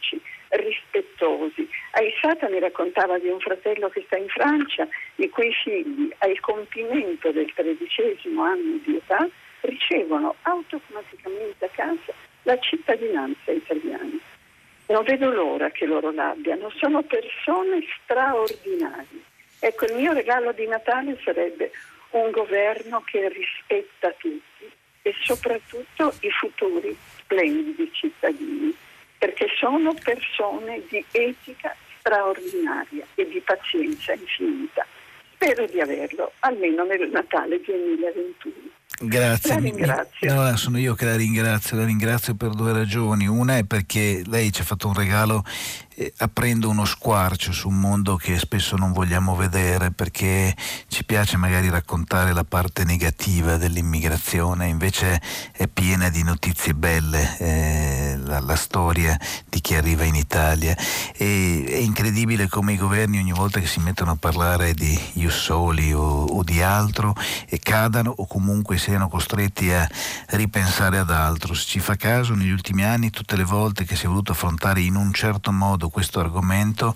rispettosi. Aissata mi raccontava di un fratello che sta in Francia, i cui figli al compimento del 13° anno di età ricevono automaticamente a casa la cittadinanza italiana. Non vedo l'ora che loro l'abbiano, sono persone straordinarie. Ecco, il mio regalo di Natale sarebbe un governo che rispetta tutti e soprattutto i futuri splendidi cittadini, perché sono persone di etica straordinaria e di pazienza infinita. Spero di averlo, almeno nel Natale 2021. Grazie. La ringrazio. No, sono io che la ringrazio per 2 ragioni. Una è perché lei ci ha fatto un regalo aprendo uno squarcio su un mondo che spesso non vogliamo vedere, perché ci piace magari raccontare la parte negativa dell'immigrazione, invece è piena di notizie belle la storia di chi arriva in Italia. È incredibile come i governi ogni volta che si mettono a parlare di Ius Soli o di altro cadano o comunque siano costretti a ripensare ad altro. Se ci fa caso, negli ultimi anni tutte le volte che si è voluto affrontare in un certo modo questo argomento,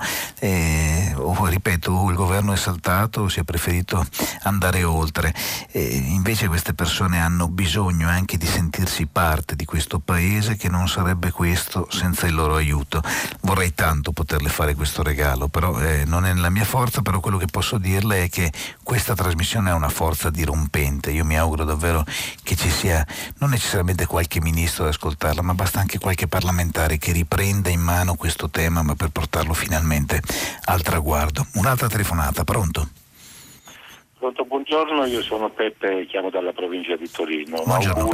o il governo è saltato o si è preferito andare oltre. Invece queste persone hanno bisogno anche di sentirsi parte di questo paese, che non sarebbe questo senza il loro aiuto. Vorrei tanto poterle fare questo regalo, però non è nella mia forza. Però quello che posso dirle è che questa trasmissione ha una forza dirompente. Io mi auguro davvero che ci sia non necessariamente qualche ministro ad ascoltarla, ma basta anche qualche parlamentare che riprenda in mano questo tema, ma per portarlo finalmente al traguardo. Un'altra telefonata, pronto? Pronto, buongiorno, io sono Peppe, chiamo dalla provincia di Torino.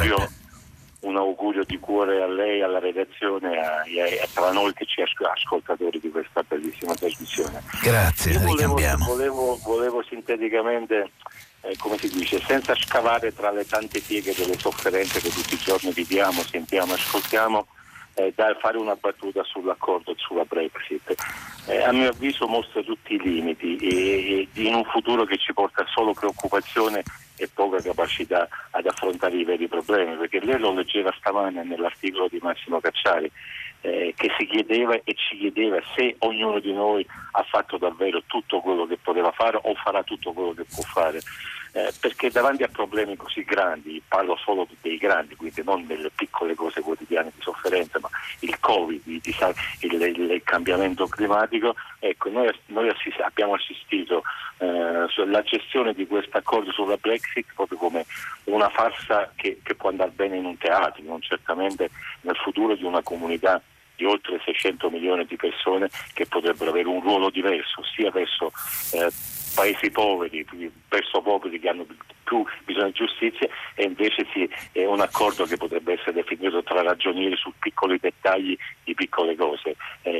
Un augurio di cuore a lei, alla redazione e tra noi che ci ascoltatori di questa bellissima trasmissione. Grazie, ricambiamo. Volevo sinteticamente, come si dice, senza scavare tra le tante pieghe delle sofferenze che tutti i giorni viviamo, sentiamo, ascoltiamo, fare una battuta sull'accordo e sulla Brexit. A mio avviso mostra tutti i limiti e in un futuro che ci porta solo preoccupazione e poca capacità ad affrontare i veri problemi, perché lei lo leggeva stamane nell'articolo di Massimo Cacciari, che si chiedeva e ci chiedeva se ognuno di noi ha fatto davvero tutto quello che poteva fare o farà tutto quello che può fare. Perché davanti a problemi così grandi, parlo solo dei grandi, quindi non delle piccole cose quotidiane di sofferenza, ma il Covid, il cambiamento climatico, ecco, noi abbiamo assistito alla gestione di questo accordo sulla Brexit proprio come una farsa che può andare bene in un teatro, non certamente nel futuro di una comunità di oltre 600 milioni di persone che potrebbero avere un ruolo diverso, sia verso paesi poveri, verso popoli che hanno più bisogno di giustizia, e invece è un accordo che potrebbe essere definito tra ragionieri su piccoli dettagli di piccole cose.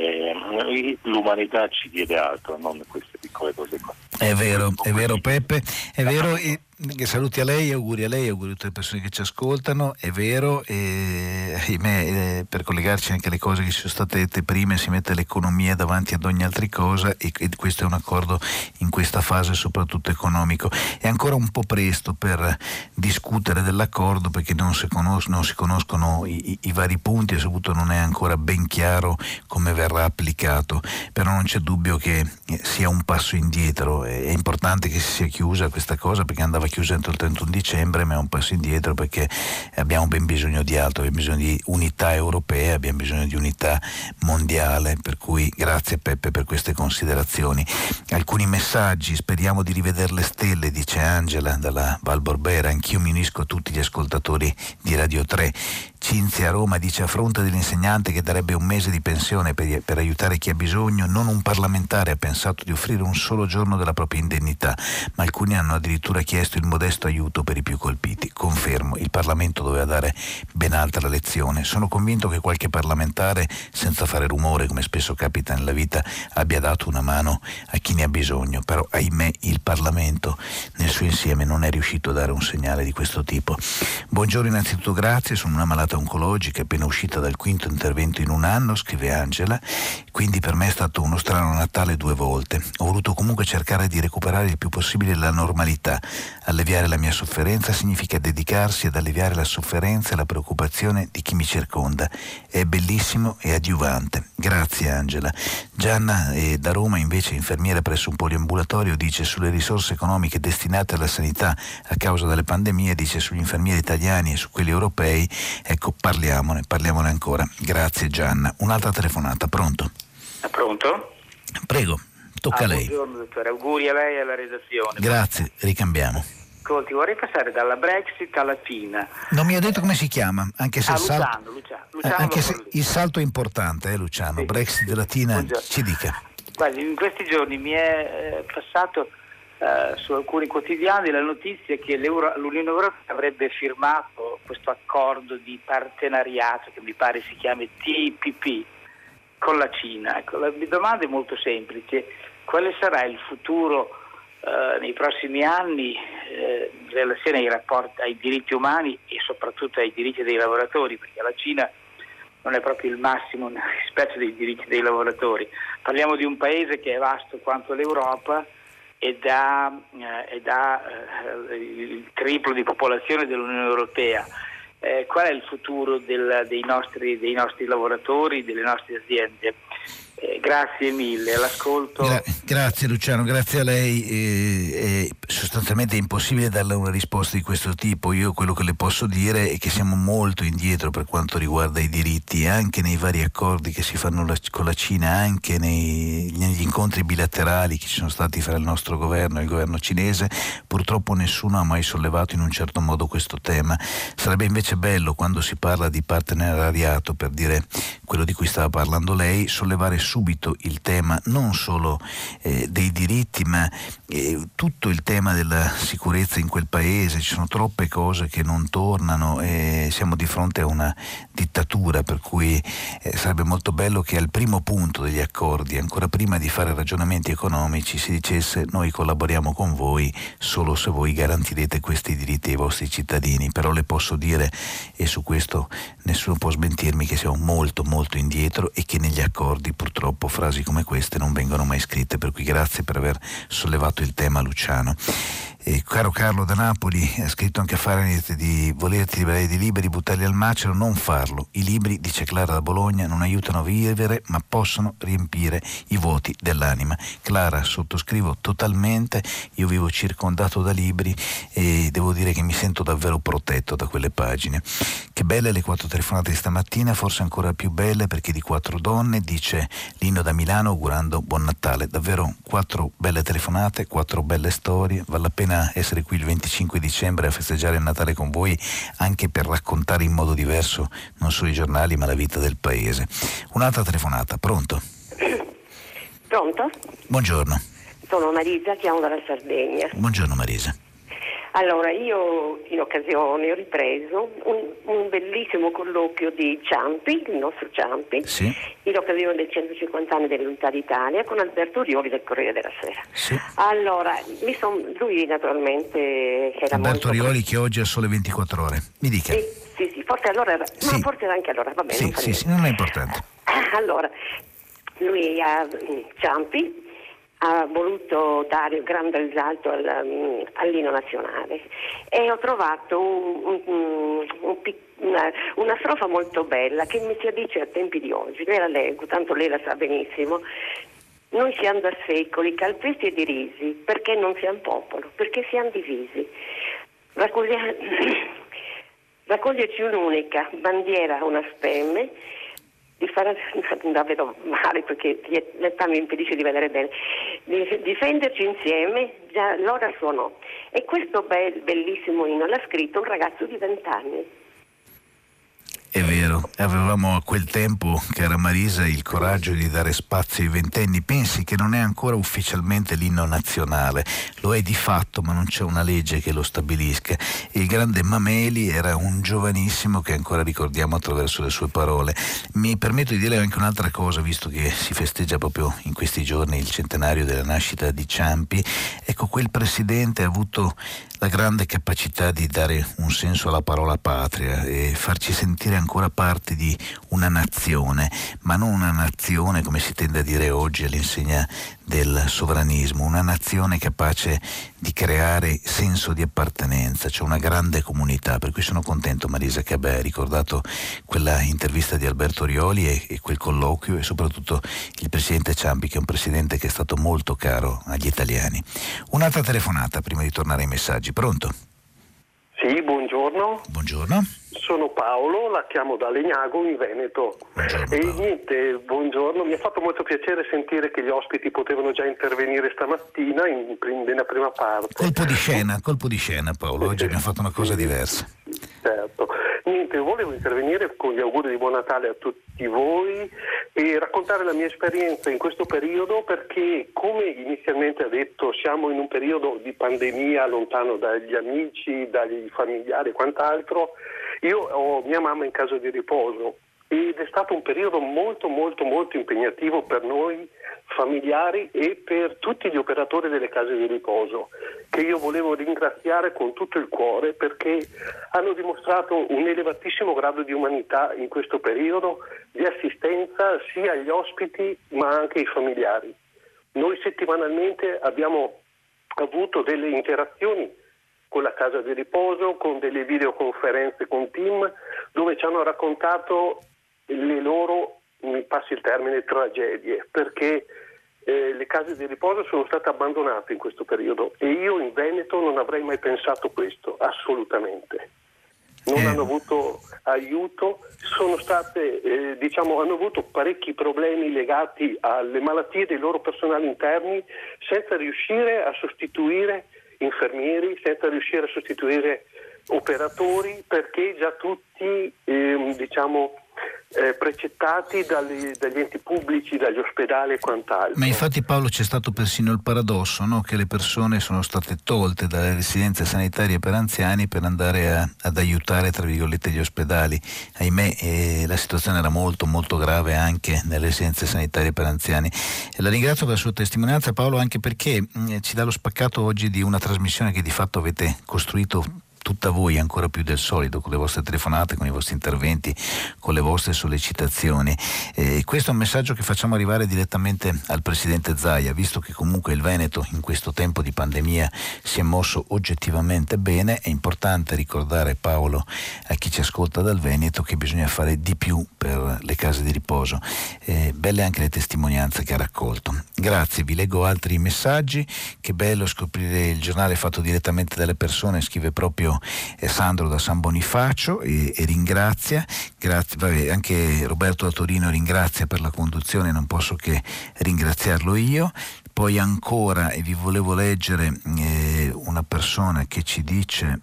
L'umanità ci chiede altro, non queste piccole cose qua. È vero Peppe, è vero. Che saluti a lei, auguri a tutte le persone che ci ascoltano. È vero, per collegarci anche alle cose che ci sono state dette prima, si mette l'economia davanti ad ogni altra cosa, e questo è un accordo in questa fase soprattutto economico. È ancora un po' presto per discutere dell'accordo, perché non si conoscono i vari punti e soprattutto non è ancora ben chiaro come verrà applicato, però non c'è dubbio che sia un passo indietro. È importante che si sia chiusa questa cosa, perché andava chiusa entro il 31 dicembre, ma è un passo indietro perché abbiamo ben bisogno di altro, abbiamo bisogno di unità europea, abbiamo bisogno di unità mondiale, per cui grazie Peppe per queste considerazioni. Alcuni messaggi: speriamo di rivedere le stelle, dice Angela dalla Val Borbera, anch'io mi unisco a tutti gli ascoltatori di Radio 3. Cinzia a Roma dice: a fronte dell'insegnante che darebbe un mese di pensione per aiutare chi ha bisogno, non un parlamentare ha pensato di offrire un solo giorno della propria indennità, ma alcuni hanno addirittura chiesto il modesto aiuto per i più colpiti. Confermo, il Parlamento doveva dare ben altra lezione. Sono convinto che qualche parlamentare, senza fare rumore come spesso capita nella vita, abbia dato una mano a chi ne ha bisogno, però ahimè il Parlamento nel suo insieme non è riuscito a dare un segnale di questo tipo. Buongiorno, innanzitutto grazie, sono una malata oncologica appena uscita dal 5º intervento in un anno, scrive Angela, quindi per me è stato uno strano Natale 2 volte. Ho voluto comunque cercare di recuperare il più possibile la normalità. Alleviare la mia sofferenza significa dedicarsi ad alleviare la sofferenza e la preoccupazione di chi mi circonda. È bellissimo e adiuvante. Grazie Angela. Gianna da Roma, invece infermiera presso un poliambulatorio, dice sulle risorse economiche destinate alla sanità a causa delle pandemie, dice sugli infermieri italiani e su quelli europei, ecco, parliamone ancora. Grazie Gianna. Un'altra telefonata, pronto? Pronto? Prego, tocca a lei. Buongiorno dottore, auguri a lei e alla redazione. Grazie, ricambiamo. Ascolti, vorrei passare dalla Brexit alla Cina. Non mi ha detto come si chiama, anche se Luciano il salto è importante, Luciano. Sì. Brexit e Latina, buongiorno. Ci dica. Guardi, in questi giorni mi è passato su alcuni quotidiani la notizia che l'Unione Europea avrebbe firmato questo accordo di partenariato che mi pare si chiami TPP con la Cina. Ecco, la mia domanda è molto semplice: quale sarà il futuro nei prossimi anni in relazione ai rapporti, ai diritti umani e soprattutto ai diritti dei lavoratori, perché la Cina non è proprio il massimo rispetto dei diritti dei lavoratori. Parliamo di un paese che è vasto quanto l'Europa ed ha il triplo di popolazione dell'Unione Europea. Qual è il futuro dei nostri lavoratori, delle nostre aziende? Grazie mille, all'ascolto. Grazie Luciano, grazie a lei. Sostanzialmente è impossibile darle una risposta di questo tipo. Io quello che le posso dire è che siamo molto indietro per quanto riguarda i diritti, anche nei vari accordi che si fanno con la Cina, anche negli incontri bilaterali che ci sono stati fra il nostro governo e il governo cinese. Purtroppo nessuno ha mai sollevato in un certo modo questo tema. Sarebbe invece bello, quando si parla di partenariato, per dire quello di cui stava parlando lei, sollevare subito il tema non solo dei diritti, ma tutto il tema della sicurezza in quel paese. Ci sono troppe cose che non tornano e siamo di fronte a una dittatura, per cui sarebbe molto bello che al primo punto degli accordi, ancora prima di fare ragionamenti economici, si dicesse: noi collaboriamo con voi solo se voi garantirete questi diritti ai vostri cittadini. Però le posso dire, e su questo nessuno può smentirmi, che siamo molto molto indietro e che negli accordi purtroppo frasi come queste non vengono mai scritte, per cui grazie per aver sollevato il tema, Luciano. Caro Carlo da Napoli ha scritto anche a Fahrenheit di volerti liberare di libri, buttarli al macero, non farlo. I libri, dice Clara da Bologna, non aiutano a vivere ma possono riempire i vuoti dell'anima. Clara, sottoscrivo totalmente, io vivo circondato da libri e devo dire che mi sento davvero protetto da quelle pagine. Che belle le 4 telefonate di stamattina, forse ancora più belle perché di 4 donne, dice Lino da Milano augurando buon Natale. Davvero 4 belle telefonate, 4 belle storie, vale la pena essere qui il 25 dicembre a festeggiare il Natale con voi, anche per raccontare in modo diverso non solo i giornali ma la vita del paese. Un'altra telefonata, pronto? Pronto? Buongiorno. Sono Marisa, chiamo dalla Sardegna. Buongiorno Marisa. Allora, io in occasione ho ripreso un bellissimo colloquio di Ciampi, il nostro Ciampi, sì, in occasione dei 150 anni dell'Unità d'Italia, con Alberto Rioli del Corriere della Sera. Sì. Allora, lui naturalmente era Alberto Rioli che oggi ha Sole 24 Ore. Mi dica. Sì, forse allora era, sì, ma forse era anche allora, va bene. Sì, non è importante. Allora, lui Ciampi ha voluto dare un grande risalto all'inno nazionale e ho trovato una strofa molto bella che mi si addice a tempi di oggi. Ne la leggo, tanto lei la sa benissimo. Noi siamo da secoli calpesti e derisi perché non siamo popolo, perché siamo divisi. Raccoglierci un'unica bandiera, una spemme, di fare davvero male perché l'età mi impedisce di vedere bene, di difenderci insieme, già l'ora suonò. E questo bellissimo inno l'ha scritto un ragazzo di 20 anni. È vero. vero, avevamo a quel tempo, cara Marisa, il coraggio di dare spazio ai ventenni. Pensi che non è ancora ufficialmente l'inno nazionale, lo è di fatto, ma non c'è una legge che lo stabilisca. Il grande Mameli era un giovanissimo che ancora ricordiamo attraverso le sue parole. Mi permetto di dire anche un'altra cosa, visto che si festeggia proprio in questi giorni il centenario della nascita di Ciampi. Ecco, quel presidente ha avuto la grande capacità di dare un senso alla parola patria e farci sentire ancora parte di una nazione, ma non una nazione come si tende a dire oggi all'insegna del sovranismo, una nazione capace di creare senso di appartenenza, cioè una grande comunità. Per cui sono contento, Marisa, che abbia ricordato quella intervista di Alberto Rioli e quel colloquio, e soprattutto il presidente Ciampi, che è un presidente che è stato molto caro agli italiani. Un'altra telefonata prima di tornare ai messaggi. Pronto? Sì, buongiorno. Buongiorno. Sono Paolo, la chiamo da Legnago in Veneto. Buongiorno, e Paolo. niente, buongiorno. Mi ha fatto molto piacere sentire che gli ospiti potevano già intervenire stamattina nella prima parte. Colpo di scena, Paolo. Oggi abbiamo fatto una cosa diversa. Certo. Niente, volevo intervenire con gli auguri di buon Natale a tutti voi e raccontare la mia esperienza in questo periodo, perché, come inizialmente ha detto, siamo in un periodo di pandemia, lontano dagli amici, dagli familiari e quant'altro. Io ho mia mamma in casa di riposo ed è stato un periodo molto molto molto impegnativo per noi familiari e per tutti gli operatori delle case di riposo, che io volevo ringraziare con tutto il cuore, perché hanno dimostrato un elevatissimo grado di umanità in questo periodo, di assistenza sia agli ospiti ma anche ai familiari. Noi settimanalmente abbiamo avuto delle interazioni con la casa di riposo, con delle videoconferenze con team, dove ci hanno raccontato le loro, mi passi il termine, tragedie, perché le case di riposo sono state abbandonate in questo periodo e io in Veneto non avrei mai pensato questo, assolutamente. Non hanno avuto aiuto, sono state, hanno avuto parecchi problemi legati alle malattie dei loro personali interni, senza riuscire a sostituire infermieri, senza riuscire a sostituire operatori, perché già tutti precettati dagli enti pubblici, dagli ospedali e quant'altro. Ma infatti, Paolo, c'è stato persino il paradosso, no? Che le persone sono state tolte dalle residenze sanitarie per anziani per andare ad aiutare, tra virgolette, gli ospedali. Ahimè, la situazione era molto molto grave anche nelle residenze sanitarie per anziani. E la ringrazio per la sua testimonianza, Paolo, anche perché ci dà lo spaccato oggi di una trasmissione che di fatto avete costruito tutta voi, ancora più del solito, con le vostre telefonate, con i vostri interventi, con le vostre sollecitazioni. Questo è un messaggio che facciamo arrivare direttamente al Presidente Zaia, visto che comunque il Veneto in questo tempo di pandemia si è mosso oggettivamente bene. È importante ricordare, Paolo, a chi ci ascolta dal Veneto, che bisogna fare di più per le case di riposo. Belle anche le testimonianze che ha raccolto. Grazie, vi leggo altri messaggi. Che bello scoprire il giornale fatto direttamente dalle persone, scrive proprio Sandro da San Bonifacio e ringrazia. Grazie, anche Roberto da Torino ringrazia per la conduzione, non posso che ringraziarlo io. Poi ancora, e vi volevo leggere una persona che ci dice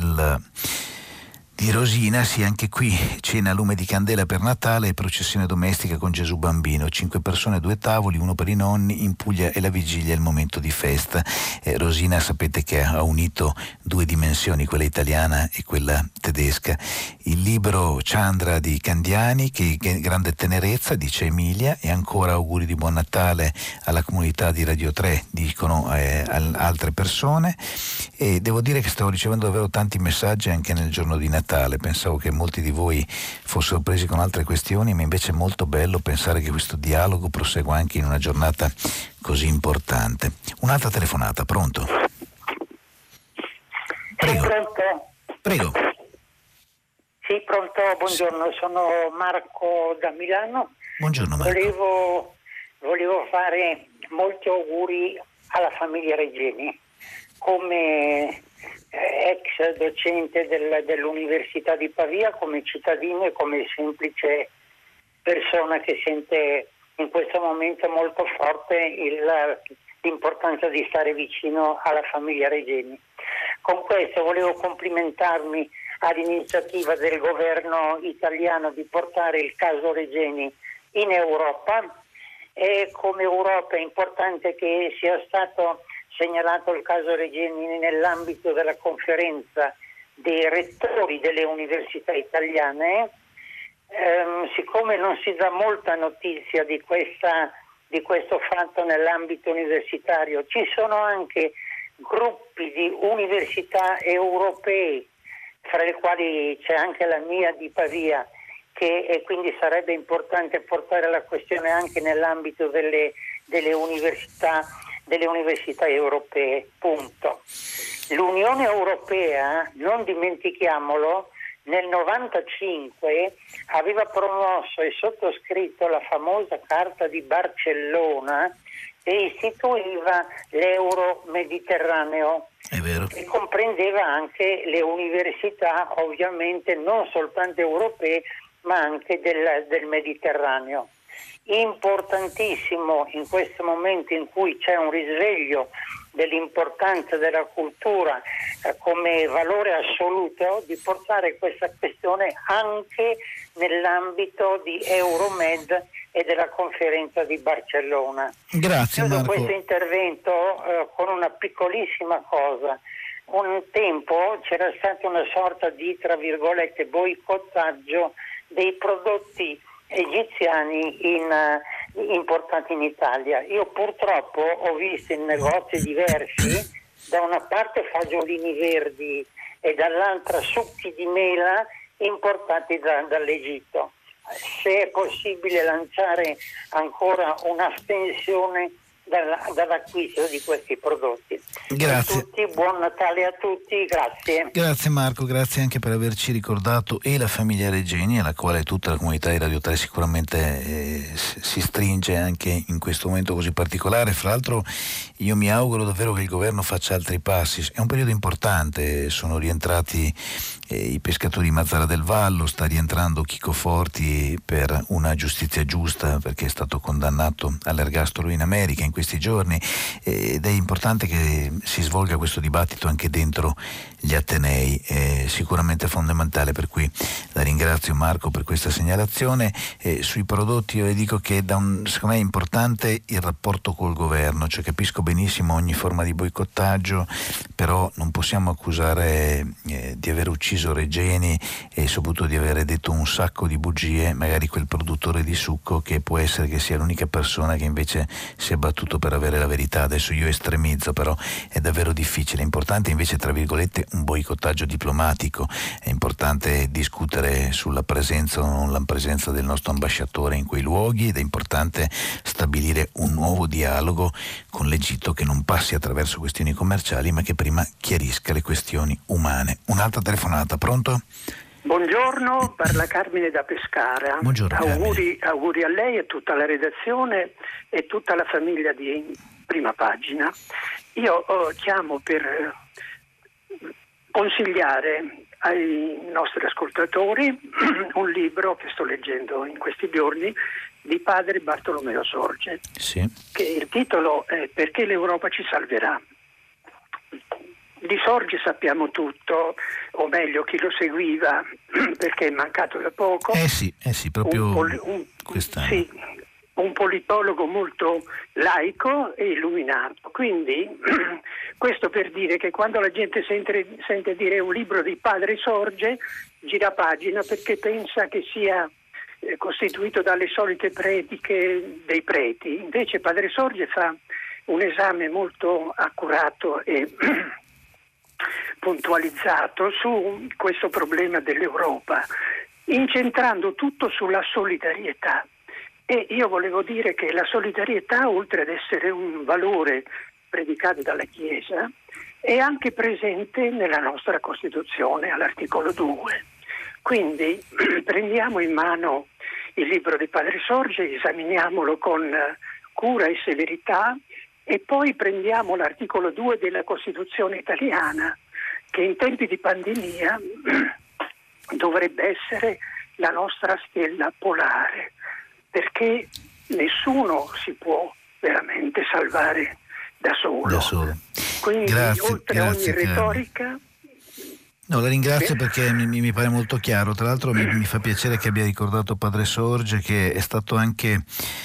di Rosina, sì, anche qui cena a lume di candela per Natale e processione domestica con Gesù Bambino, 5 persone, 2 tavoli, uno per i nonni. In Puglia e la vigilia è il momento di festa. Rosina, sapete che ha unito 2 dimensioni, quella italiana e quella tedesca. Il libro Chandra di Candiani, che grande tenerezza, dice Emilia, e ancora auguri di buon Natale alla comunità di Radio 3, dicono altre persone. E devo dire che stavo ricevendo davvero tanti messaggi anche nel giorno di Natale. Pensavo che molti di voi fossero presi con altre questioni, ma invece è molto bello pensare che questo dialogo prosegua anche in una giornata così importante. Un'altra telefonata, pronto? Prego. Prego. Sì, pronto, buongiorno, sono Marco da Milano. Buongiorno Marco. Volevo fare molti auguri alla famiglia Regeni. Come ex docente dell'Università di Pavia, come cittadino e come semplice persona che sente in questo momento molto forte l'importanza di stare vicino alla famiglia Regeni. Con questo volevo complimentarmi all'iniziativa del governo italiano di portare il caso Regeni in Europa, e come Europa è importante che sia stato segnalato il caso Regeni nell'ambito della conferenza dei rettori delle università italiane. Siccome non si dà molta notizia di questo fatto nell'ambito universitario, ci sono anche gruppi di università europee, fra le quali c'è anche la mia di Pavia, e quindi sarebbe importante portare la questione anche nell'ambito delle università europee. Punto. L'Unione Europea, non dimentichiamolo, nel 1995 aveva promosso e sottoscritto la famosa Carta di Barcellona e istituiva l'Euro Mediterraneo, che comprendeva anche le università, ovviamente non soltanto europee, ma anche del Mediterraneo. Importantissimo in questo momento in cui c'è un risveglio dell'importanza della cultura come valore assoluto, di portare questa questione anche nell'ambito di Euromed e della conferenza di Barcellona. Grazie Marco. Questo intervento con una piccolissima cosa. Un tempo c'era stata una sorta di, tra virgolette, boicottaggio dei prodotti egiziani importati in Italia. Io purtroppo ho visto in negozi diversi, da una parte fagiolini verdi e dall'altra succhi di mela importati dall'Egitto. Se è possibile lanciare ancora un'astensione dall'acquisto di questi prodotti. Grazie. Buon Natale a tutti, grazie. Grazie Marco, grazie anche per averci ricordato e la famiglia Regeni, alla quale tutta la comunità di Radio 3 sicuramente si stringe anche in questo momento così particolare. Fra l'altro io mi auguro davvero che il governo faccia altri passi, è un periodo importante, sono rientrati i pescatori di Mazara del Vallo, sta rientrando Chico Forti per una giustizia giusta perché è stato condannato all'ergastolo in America in questi giorni, ed è importante che si svolga questo dibattito anche dentro gli Atenei, è sicuramente fondamentale, per cui la ringrazio Marco per questa segnalazione. Sui prodotti io le dico che secondo me è importante il rapporto col governo, cioè capisco benissimo ogni forma di boicottaggio, però non possiamo accusare di aver ucciso Regeni e soprattutto di aver detto un sacco di bugie magari quel produttore di succo, che può essere che sia l'unica persona che invece si è battuto per avere la verità. Adesso io estremizzo, però è davvero difficile. È importante invece, tra virgolette, un boicottaggio diplomatico, è importante discutere sulla presenza o non la presenza del nostro ambasciatore in quei luoghi, ed è importante stabilire un nuovo dialogo con l'Egitto che non passi attraverso questioni commerciali ma che prima chiarisca le questioni umane. Un'altra telefonata, pronto? Buongiorno, parla Carmine da Pescara. Buongiorno, auguri a lei e tutta la redazione e tutta la famiglia di Prima Pagina. Io chiamo per consigliare ai nostri ascoltatori un libro che sto leggendo in questi giorni di padre Bartolomeo Sorge, sì, che il titolo è Perché l'Europa ci salverà. Di Sorge sappiamo tutto, o meglio chi lo seguiva, perché è mancato da poco. Sì, proprio quest'anno. Sì, un politologo molto laico e illuminato. Quindi questo per dire che quando la gente sente dire un libro di padre Sorge, gira pagina perché pensa che sia costituito dalle solite prediche dei preti. Invece padre Sorge fa un esame molto accurato e puntualizzato su questo problema dell'Europa, incentrando tutto sulla solidarietà. E io volevo dire che la solidarietà, oltre ad essere un valore predicato dalla Chiesa, è anche presente nella nostra Costituzione all'articolo 2. Quindi prendiamo in mano il libro di Padre Sorge, esaminiamolo con cura e severità, e poi prendiamo l'articolo 2 della Costituzione italiana, che in tempi di pandemia dovrebbe essere la nostra stella polare, perché nessuno si può veramente salvare da solo. Da solo. Quindi oltre ogni retorica No, la ringrazio perché mi pare molto chiaro. Tra l'altro mi fa piacere che abbia ricordato Padre Sorge, che è stato anche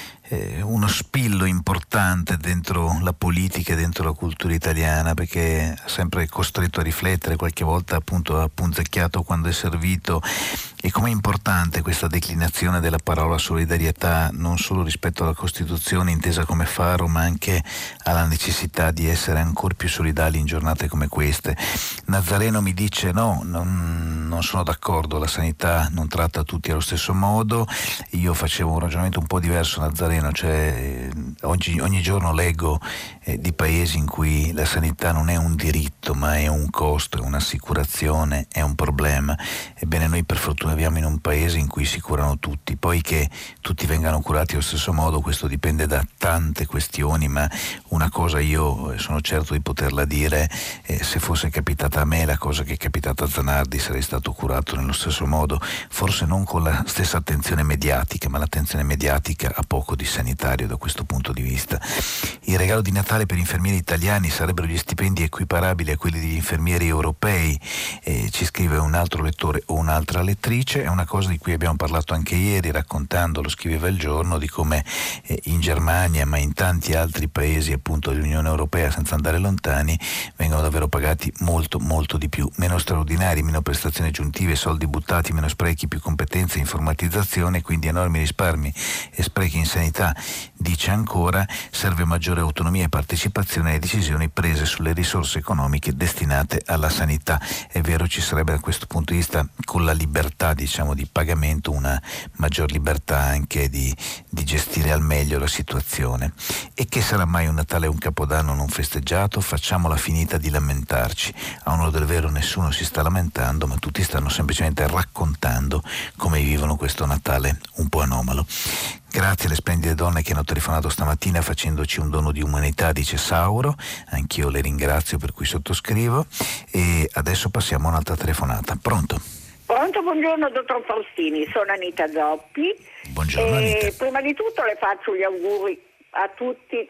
uno spillo importante dentro la politica e dentro la cultura italiana, perché ha sempre costretto a riflettere, qualche volta appunto ha punzecchiato quando è servito, e com'è importante questa declinazione della parola solidarietà, non solo rispetto alla Costituzione intesa come faro, ma anche alla necessità di essere ancora più solidali in giornate come queste. Nazareno mi dice no, non sono d'accordo, la sanità non tratta tutti allo stesso modo. Io facevo un ragionamento un po' diverso, Nazareno, cioè ogni giorno leggo di paesi in cui la sanità non è un diritto ma è un costo, è un'assicurazione, è un problema. Ebbene, noi per fortuna viviamo in un paese in cui si curano tutti, poi che tutti vengano curati allo stesso modo questo dipende da tante questioni, ma una cosa io sono certo di poterla dire, se fosse capitata a me la cosa che è capitata a Zanardi sarei stato curato nello stesso modo, forse non con la stessa attenzione mediatica, ma l'attenzione mediatica ha poco di sanitario da questo punto di vista. Il regalo di Natale per infermieri italiani sarebbero gli stipendi equiparabili a quelli degli infermieri europei, ci scrive un altro lettore o un'altra lettrice. È una cosa di cui abbiamo parlato anche ieri, raccontando, lo scriveva Il Giorno, di come in Germania ma in tanti altri paesi appunto dell'Unione Europea, senza andare lontani, vengono davvero pagati molto molto di più, meno straordinari, meno prestazioni aggiuntive, soldi buttati, meno sprechi, più competenze, informatizzazione, quindi enormi risparmi e sprechi in sanità. Dice ancora, serve maggiore autonomia e partecipazione alle decisioni prese sulle risorse economiche destinate alla sanità. È vero, ci sarebbe da questo punto di vista, con la libertà diciamo di pagamento, una maggior libertà anche di gestire al meglio la situazione. E che sarà mai un Natale e un Capodanno non festeggiato? Facciamola finita di lamentarci. A onore del vero nessuno si sta lamentando, ma tutti stanno semplicemente raccontando come vivono questo Natale un po' anomalo. Grazie alle splendide donne che hanno telefonato stamattina facendoci un dono di umanità, dice Sauro. Anch'io le ringrazio, per cui sottoscrivo. E adesso passiamo a un'altra telefonata. Pronto? Pronto, buongiorno dottor Faustini, sono Anita Zoppi. Buongiorno Anita. Prima di tutto le faccio gli auguri a tutti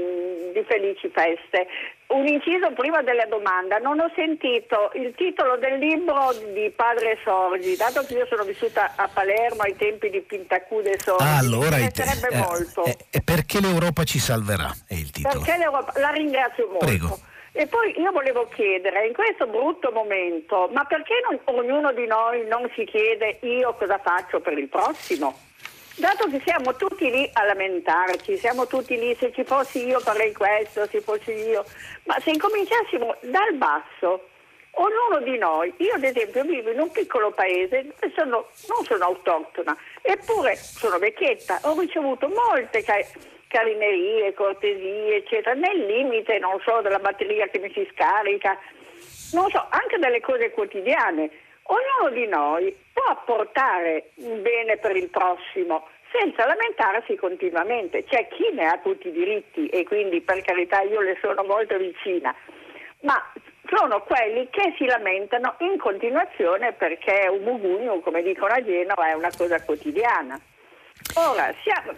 di felici feste. Un inciso prima della domanda: non ho sentito il titolo del libro di Padre Sorgi, dato che io sono vissuta a Palermo ai tempi di Pintacude Sorgi. Allora, mi piacerebbe molto. Perché l'Europa ci salverà, è il titolo. Perché l'Europa, la ringrazio molto. Prego. E poi io volevo chiedere, in questo brutto momento, ma perché ognuno di noi non si chiede io cosa faccio per il prossimo? Dato che siamo tutti lì a lamentarci, siamo tutti lì, se ci fossi io farei questo, se fossi io, ma se incominciassimo dal basso, ognuno di noi, io ad esempio vivo in un piccolo paese dove non sono autoctona, eppure sono vecchietta, ho ricevuto molte carinerie, cortesie, eccetera, nel limite, non so, della batteria che mi si scarica, non so, anche delle cose quotidiane. Ognuno di noi può apportare un bene per il prossimo senza lamentarsi continuamente. C'è chi ne ha tutti i diritti e quindi, per carità, io le sono molto vicina, ma sono quelli che si lamentano in continuazione perché un mugugno, come dicono a Genova, è una cosa quotidiana. Ora,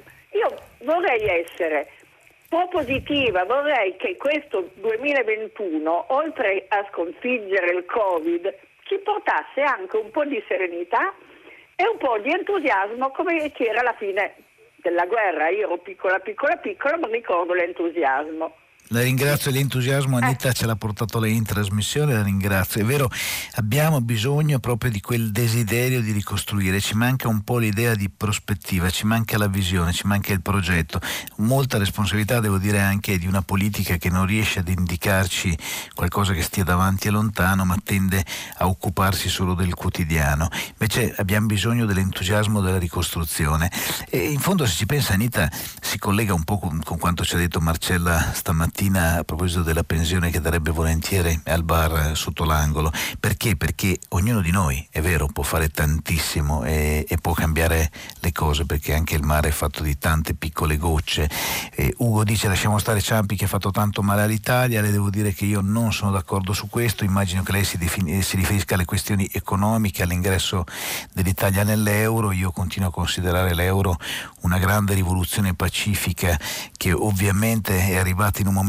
io vorrei essere propositiva, vorrei che questo 2021, oltre a sconfiggere il Covid, ci portasse anche un po' di serenità e un po' di entusiasmo come c'era alla fine della guerra. Io ero piccola, ma ricordo l'entusiasmo. La ringrazio, l'entusiasmo Anita ce l'ha portato lei in trasmissione, la ringrazio. È vero, abbiamo bisogno proprio di quel desiderio di ricostruire, ci manca un po' l'idea di prospettiva, ci manca la visione, ci manca il progetto. Molta responsabilità, devo dire, anche di una politica che non riesce ad indicarci qualcosa che stia davanti e lontano, ma tende a occuparsi solo del quotidiano. Invece abbiamo bisogno dell'entusiasmo della ricostruzione. E in fondo, se ci pensa, Anita si collega un po' con quanto ci ha detto Marcella stamattina a proposito della pensione che darebbe volentieri al bar sotto l'angolo. Perché? Perché ognuno di noi, è vero, può fare tantissimo e può cambiare le cose, perché anche il mare è fatto di tante piccole gocce. Ugo dice lasciamo stare Ciampi che ha fatto tanto male all'Italia. Le devo dire che io non sono d'accordo su questo, immagino che lei si riferisca alle questioni economiche, all'ingresso dell'Italia nell'euro. Io continuo a considerare l'euro una grande rivoluzione pacifica che ovviamente è arrivata in un momento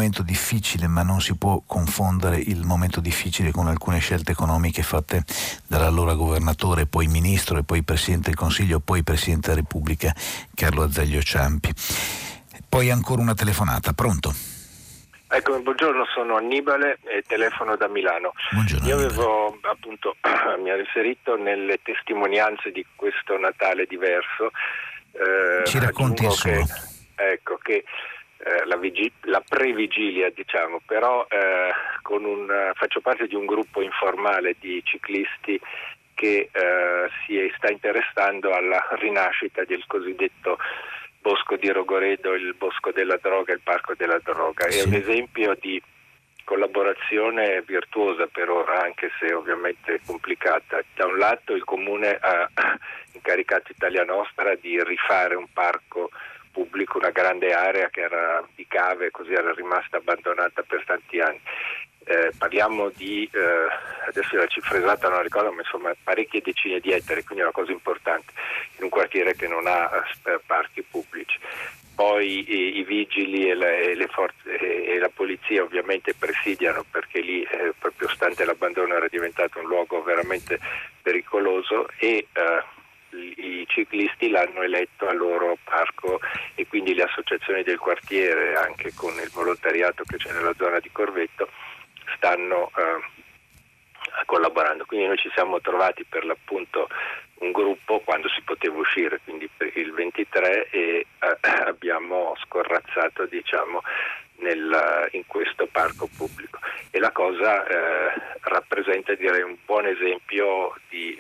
momento difficile, ma non si può confondere il momento difficile con alcune scelte economiche fatte dall'allora governatore, poi ministro e poi Presidente del Consiglio, poi Presidente della Repubblica Carlo Azeglio Ciampi. Poi ancora una telefonata, pronto? Ecco, buongiorno, sono Annibale e telefono da Milano. Buongiorno, io avevo appunto mi ha riferito nelle testimonianze di questo Natale diverso. Ci racconti il suo? Che la previgilia, diciamo, però faccio parte di un gruppo informale di ciclisti che si sta interessando alla rinascita del cosiddetto Bosco di Rogoredo, il Bosco della Droga, il Parco della Droga. È un esempio di collaborazione virtuosa per ora, anche se ovviamente complicata. Da un lato il Comune ha incaricato Italia Nostra di rifare un parco pubblico, una grande area che era di cave, così era rimasta abbandonata per tanti anni. Parliamo di, adesso la cifra esatta non la ricordo, ma insomma parecchie decine di ettari, quindi è una cosa importante in un quartiere che non ha parchi pubblici. Poi i vigili e le forze e la polizia ovviamente presidiano, perché lì proprio stante l'abbandono era diventato un luogo veramente pericoloso, e i ciclisti l'hanno eletto al loro parco, e quindi le associazioni del quartiere, anche con il volontariato che c'è nella zona di Corvetto, stanno collaborando. Quindi noi ci siamo trovati per l'appunto un gruppo quando si poteva uscire, quindi per il 23, e abbiamo scorrazzato, diciamo, in questo parco pubblico, e la cosa rappresenta, direi, un buon esempio di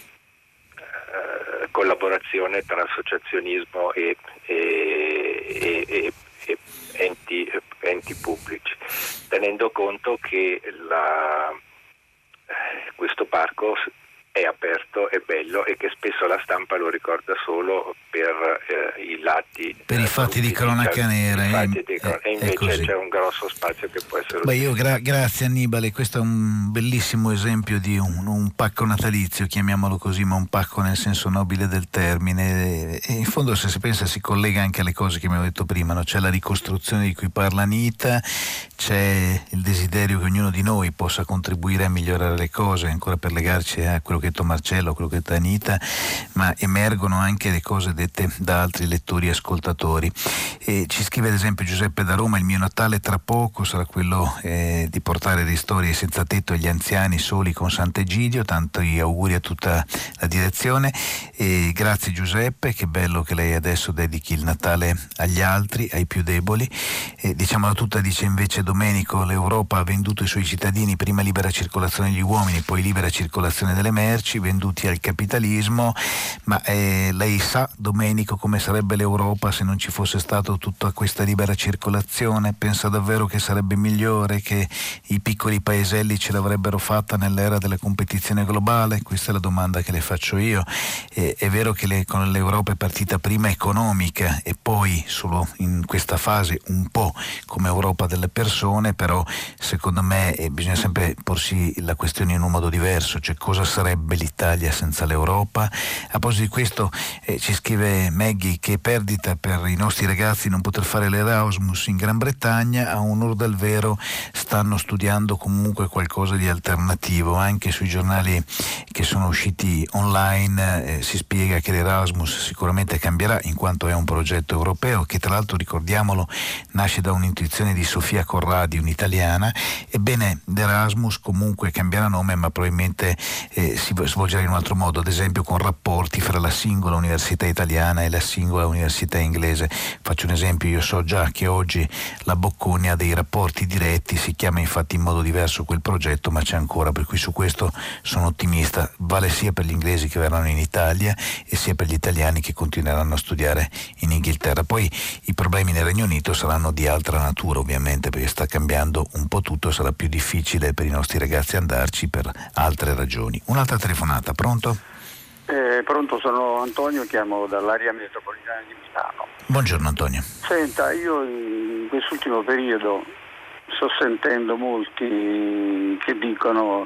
collaborazione tra associazionismo e enti pubblici, tenendo conto che questo parco è aperto, è bello, e che spesso la stampa lo ricorda solo per i lati, per i fatti di cronaca nera, e invece c'è un grosso spazio che può essere utilizzato. Grazie Annibale, questo è un bellissimo esempio di un pacco natalizio, chiamiamolo così, ma un pacco nel senso nobile del termine, e in fondo, se si pensa, si collega anche alle cose che abbiamo detto prima, no? C'è la ricostruzione di cui parla Anita, c'è il desiderio che ognuno di noi possa contribuire a migliorare le cose, ancora per legarci a quello che ha detto Marcello, quello che ha detto Anita, ma emergono anche le cose dette da altri lettori e ascoltatori. Ci scrive ad esempio Giuseppe da Roma: il mio Natale tra poco sarà quello di portare ristori ai senza tetto e agli anziani soli con Sant'Egidio. Tanti auguri a tutta la direzione, e grazie Giuseppe, che bello che lei adesso dedichi il Natale agli altri, ai più deboli. Diciamola tutta, dice invece Domenico: l'Europa ha venduto ai suoi cittadini prima libera circolazione degli uomini, poi libera circolazione delle merci, venduti al capitalismo. Ma lei sa, Domenico, come sarebbe l'Europa se non ci fosse stato tutta questa libera circolazione? Pensa davvero che sarebbe migliore, che i piccoli paeselli ce l'avrebbero fatta nell'era della competizione globale? Questa è la domanda che le faccio io. È vero che con l'Europa è partita prima economica e poi solo in questa fase un po' come Europa delle persone, però secondo me bisogna sempre porsi la questione in un modo diverso, cioè cosa sarebbe l'Italia senza l'Europa. A proposito di questo ci scrive Maggie: che perdita per i nostri ragazzi non poter fare l'Erasmus in Gran Bretagna. A onor del vero stanno studiando comunque qualcosa di alternativo, anche sui giornali che sono usciti online si spiega che l'Erasmus sicuramente cambierà, in quanto è un progetto europeo che, tra l'altro, ricordiamolo, nasce da un'intuizione di Sofia Corradi, un'italiana. Ebbene, l'Erasmus comunque cambierà nome, ma probabilmente si svolgerà in un altro modo, ad esempio con rapporti fra la singola università italiana e la singola università inglese. Faccio un esempio: io so già che oggi la Bocconi ha dei rapporti diretti, si chiama infatti in modo diverso quel progetto, ma c'è ancora, per cui su questo sono ottimista. Vale sia per gli inglesi che verranno in Italia e sia per gli italiani che continueranno a studiare in Inghilterra. Poi i problemi nel Regno Unito saranno di altra natura, ovviamente, perché sta cambiando un po' tutto, sarà più difficile per i nostri ragazzi andarci per altre ragioni. Un'altra telefonata, pronto? Pronto, sono Antonio, chiamo dall'area metropolitana di Milano. Buongiorno Antonio. Senta, io in quest'ultimo periodo sto sentendo molti che dicono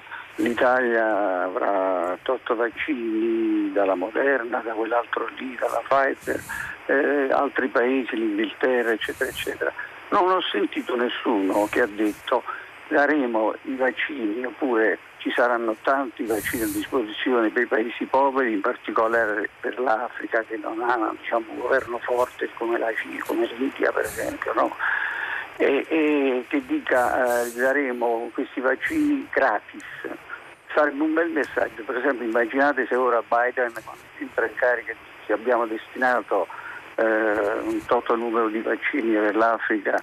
l'Italia avrà 8 vaccini, dalla Moderna, da quell'altro lì, dalla Pfizer, altri paesi, l'Inghilterra, eccetera, eccetera. Non ho sentito nessuno che ha detto daremo i vaccini, oppure ci saranno tanti vaccini a disposizione per i paesi poveri, in particolare per l'Africa che non ha un governo forte come l'India per esempio, no? E che dica daremo questi vaccini gratis. Sarebbe un bel messaggio. Per esempio immaginate se ora Biden, quando entra in carica, dice abbiamo destinato un toto numero di vaccini per l'Africa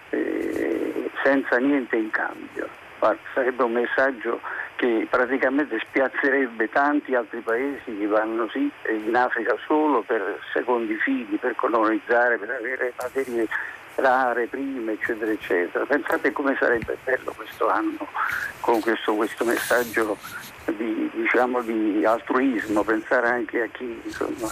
senza niente in cambio. Sarebbe un messaggio che praticamente spiazzerebbe tanti altri paesi che vanno in Africa solo per secondi fini, per colonizzare, per avere materie rare, prime, eccetera, eccetera. Pensate come sarebbe bello questo anno con questo messaggio di altruismo, pensare anche a chi insomma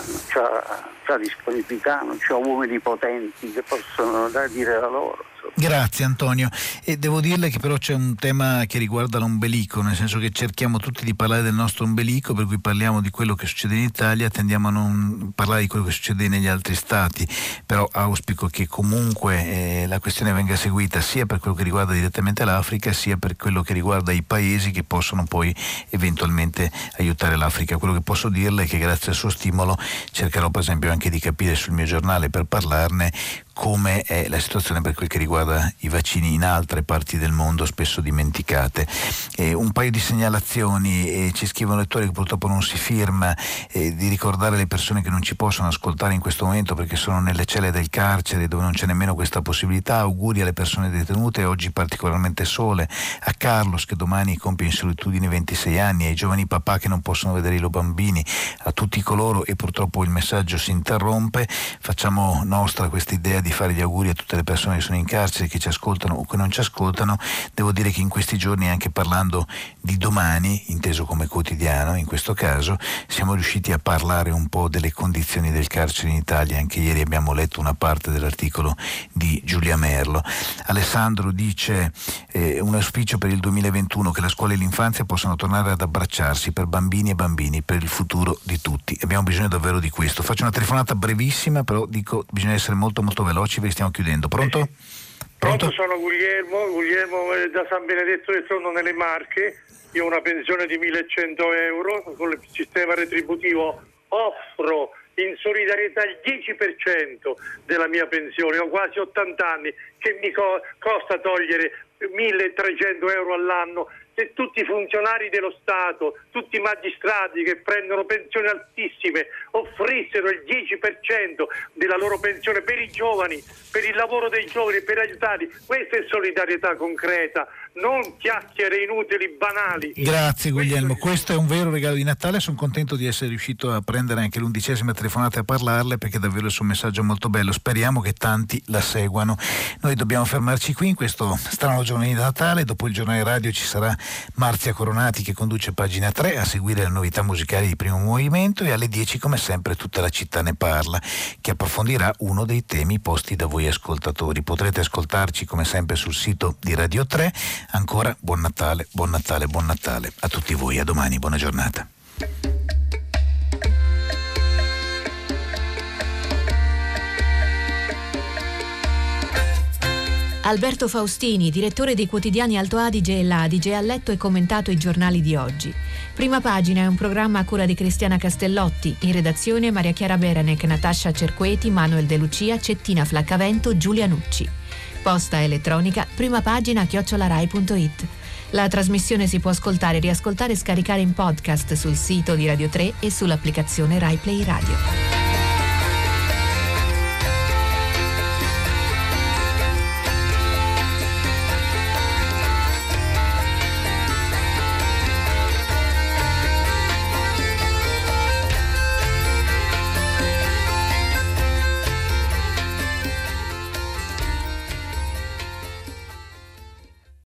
c'ha disponibilità, non c'ha uomini potenti che possono dire la loro. Grazie Antonio, e devo dirle che però c'è un tema che riguarda l'ombelico, nel senso che cerchiamo tutti di parlare del nostro ombelico, per cui parliamo di quello che succede in Italia, tendiamo a non parlare di quello che succede negli altri stati, però auspico che comunque la questione venga seguita sia per quello che riguarda direttamente l'Africa, sia per quello che riguarda i paesi che possono poi eventualmente aiutare l'Africa. Quello che posso dirle è che grazie al suo stimolo cercherò per esempio anche di capire sul mio giornale, per parlarne, come è la situazione per quel che riguarda i vaccini in altre parti del mondo spesso dimenticate. Un paio di segnalazioni, ci scrive un lettore che purtroppo non si firma, di ricordare le persone che non ci possono ascoltare in questo momento perché sono nelle celle del carcere dove non c'è nemmeno questa possibilità. Auguri alle persone detenute, oggi particolarmente sole, a Carlos che domani compie in solitudine 26 anni, ai giovani papà che non possono vedere i loro bambini, a tutti coloro, e purtroppo il messaggio si interrompe. Facciamo nostra questa idea di fare gli auguri a tutte le persone che sono in carcere, che ci ascoltano o che non ci ascoltano. Devo dire che in questi giorni, anche parlando di domani, inteso come quotidiano in questo caso, siamo riusciti a parlare un po' delle condizioni del carcere in Italia. Anche ieri abbiamo letto una parte dell'articolo di Giulia Merlo. Alessandro dice un auspicio per il 2021 che la scuola e l'infanzia possano tornare ad abbracciarsi per bambini e bambini, per il futuro di tutti. Abbiamo bisogno davvero di questo. Faccio una telefonata brevissima, però dico bisogna essere molto veloci perché stiamo chiudendo. Pronto? Pronto, sono Guglielmo da San Benedetto del Tronto nelle Marche. Io ho una pensione di 1.100 euro, con il sistema retributivo offro in solidarietà il 10% della mia pensione. Ho quasi 80 anni, che mi costa togliere 1.300 euro all'anno. Se tutti i funzionari dello Stato, tutti i magistrati che prendono pensioni altissime offrissero il 10% della loro pensione per i giovani, per il lavoro dei giovani, per aiutarli, questa è solidarietà concreta, non chiacchiere inutili, banali. Grazie Guglielmo, questo è un vero regalo di Natale. Sono contento di essere riuscito a prendere anche l'11ª telefonata e a parlarle, perché davvero il suo messaggio è molto bello. Speriamo che tanti la seguano. Noi dobbiamo fermarci qui in questo strano giorno di Natale. Dopo il giornale radio ci sarà Marzia Coronati che conduce Pagina 3 a seguire le novità musicali di Primo Movimento, e alle 10 come sempre Tutta la città ne parla, che approfondirà uno dei temi posti da voi ascoltatori. Potrete ascoltarci come sempre sul sito di Radio 3. Ancora buon Natale a tutti voi, a domani, buona giornata. Alberto Faustini, direttore dei quotidiani Alto Adige e l'Adige, ha letto e commentato i giornali di oggi. Prima Pagina è un programma a cura di Cristiana Castellotti, in redazione Maria Chiara Berenec, Natascia Cerqueti, Manuel De Lucia, Cettina Flaccavento, Giulia Nucci. Posta elettronica primapagina@rai.it. La trasmissione si può ascoltare, riascoltare e scaricare in podcast sul sito di Radio 3 e sull'applicazione Rai Play Radio.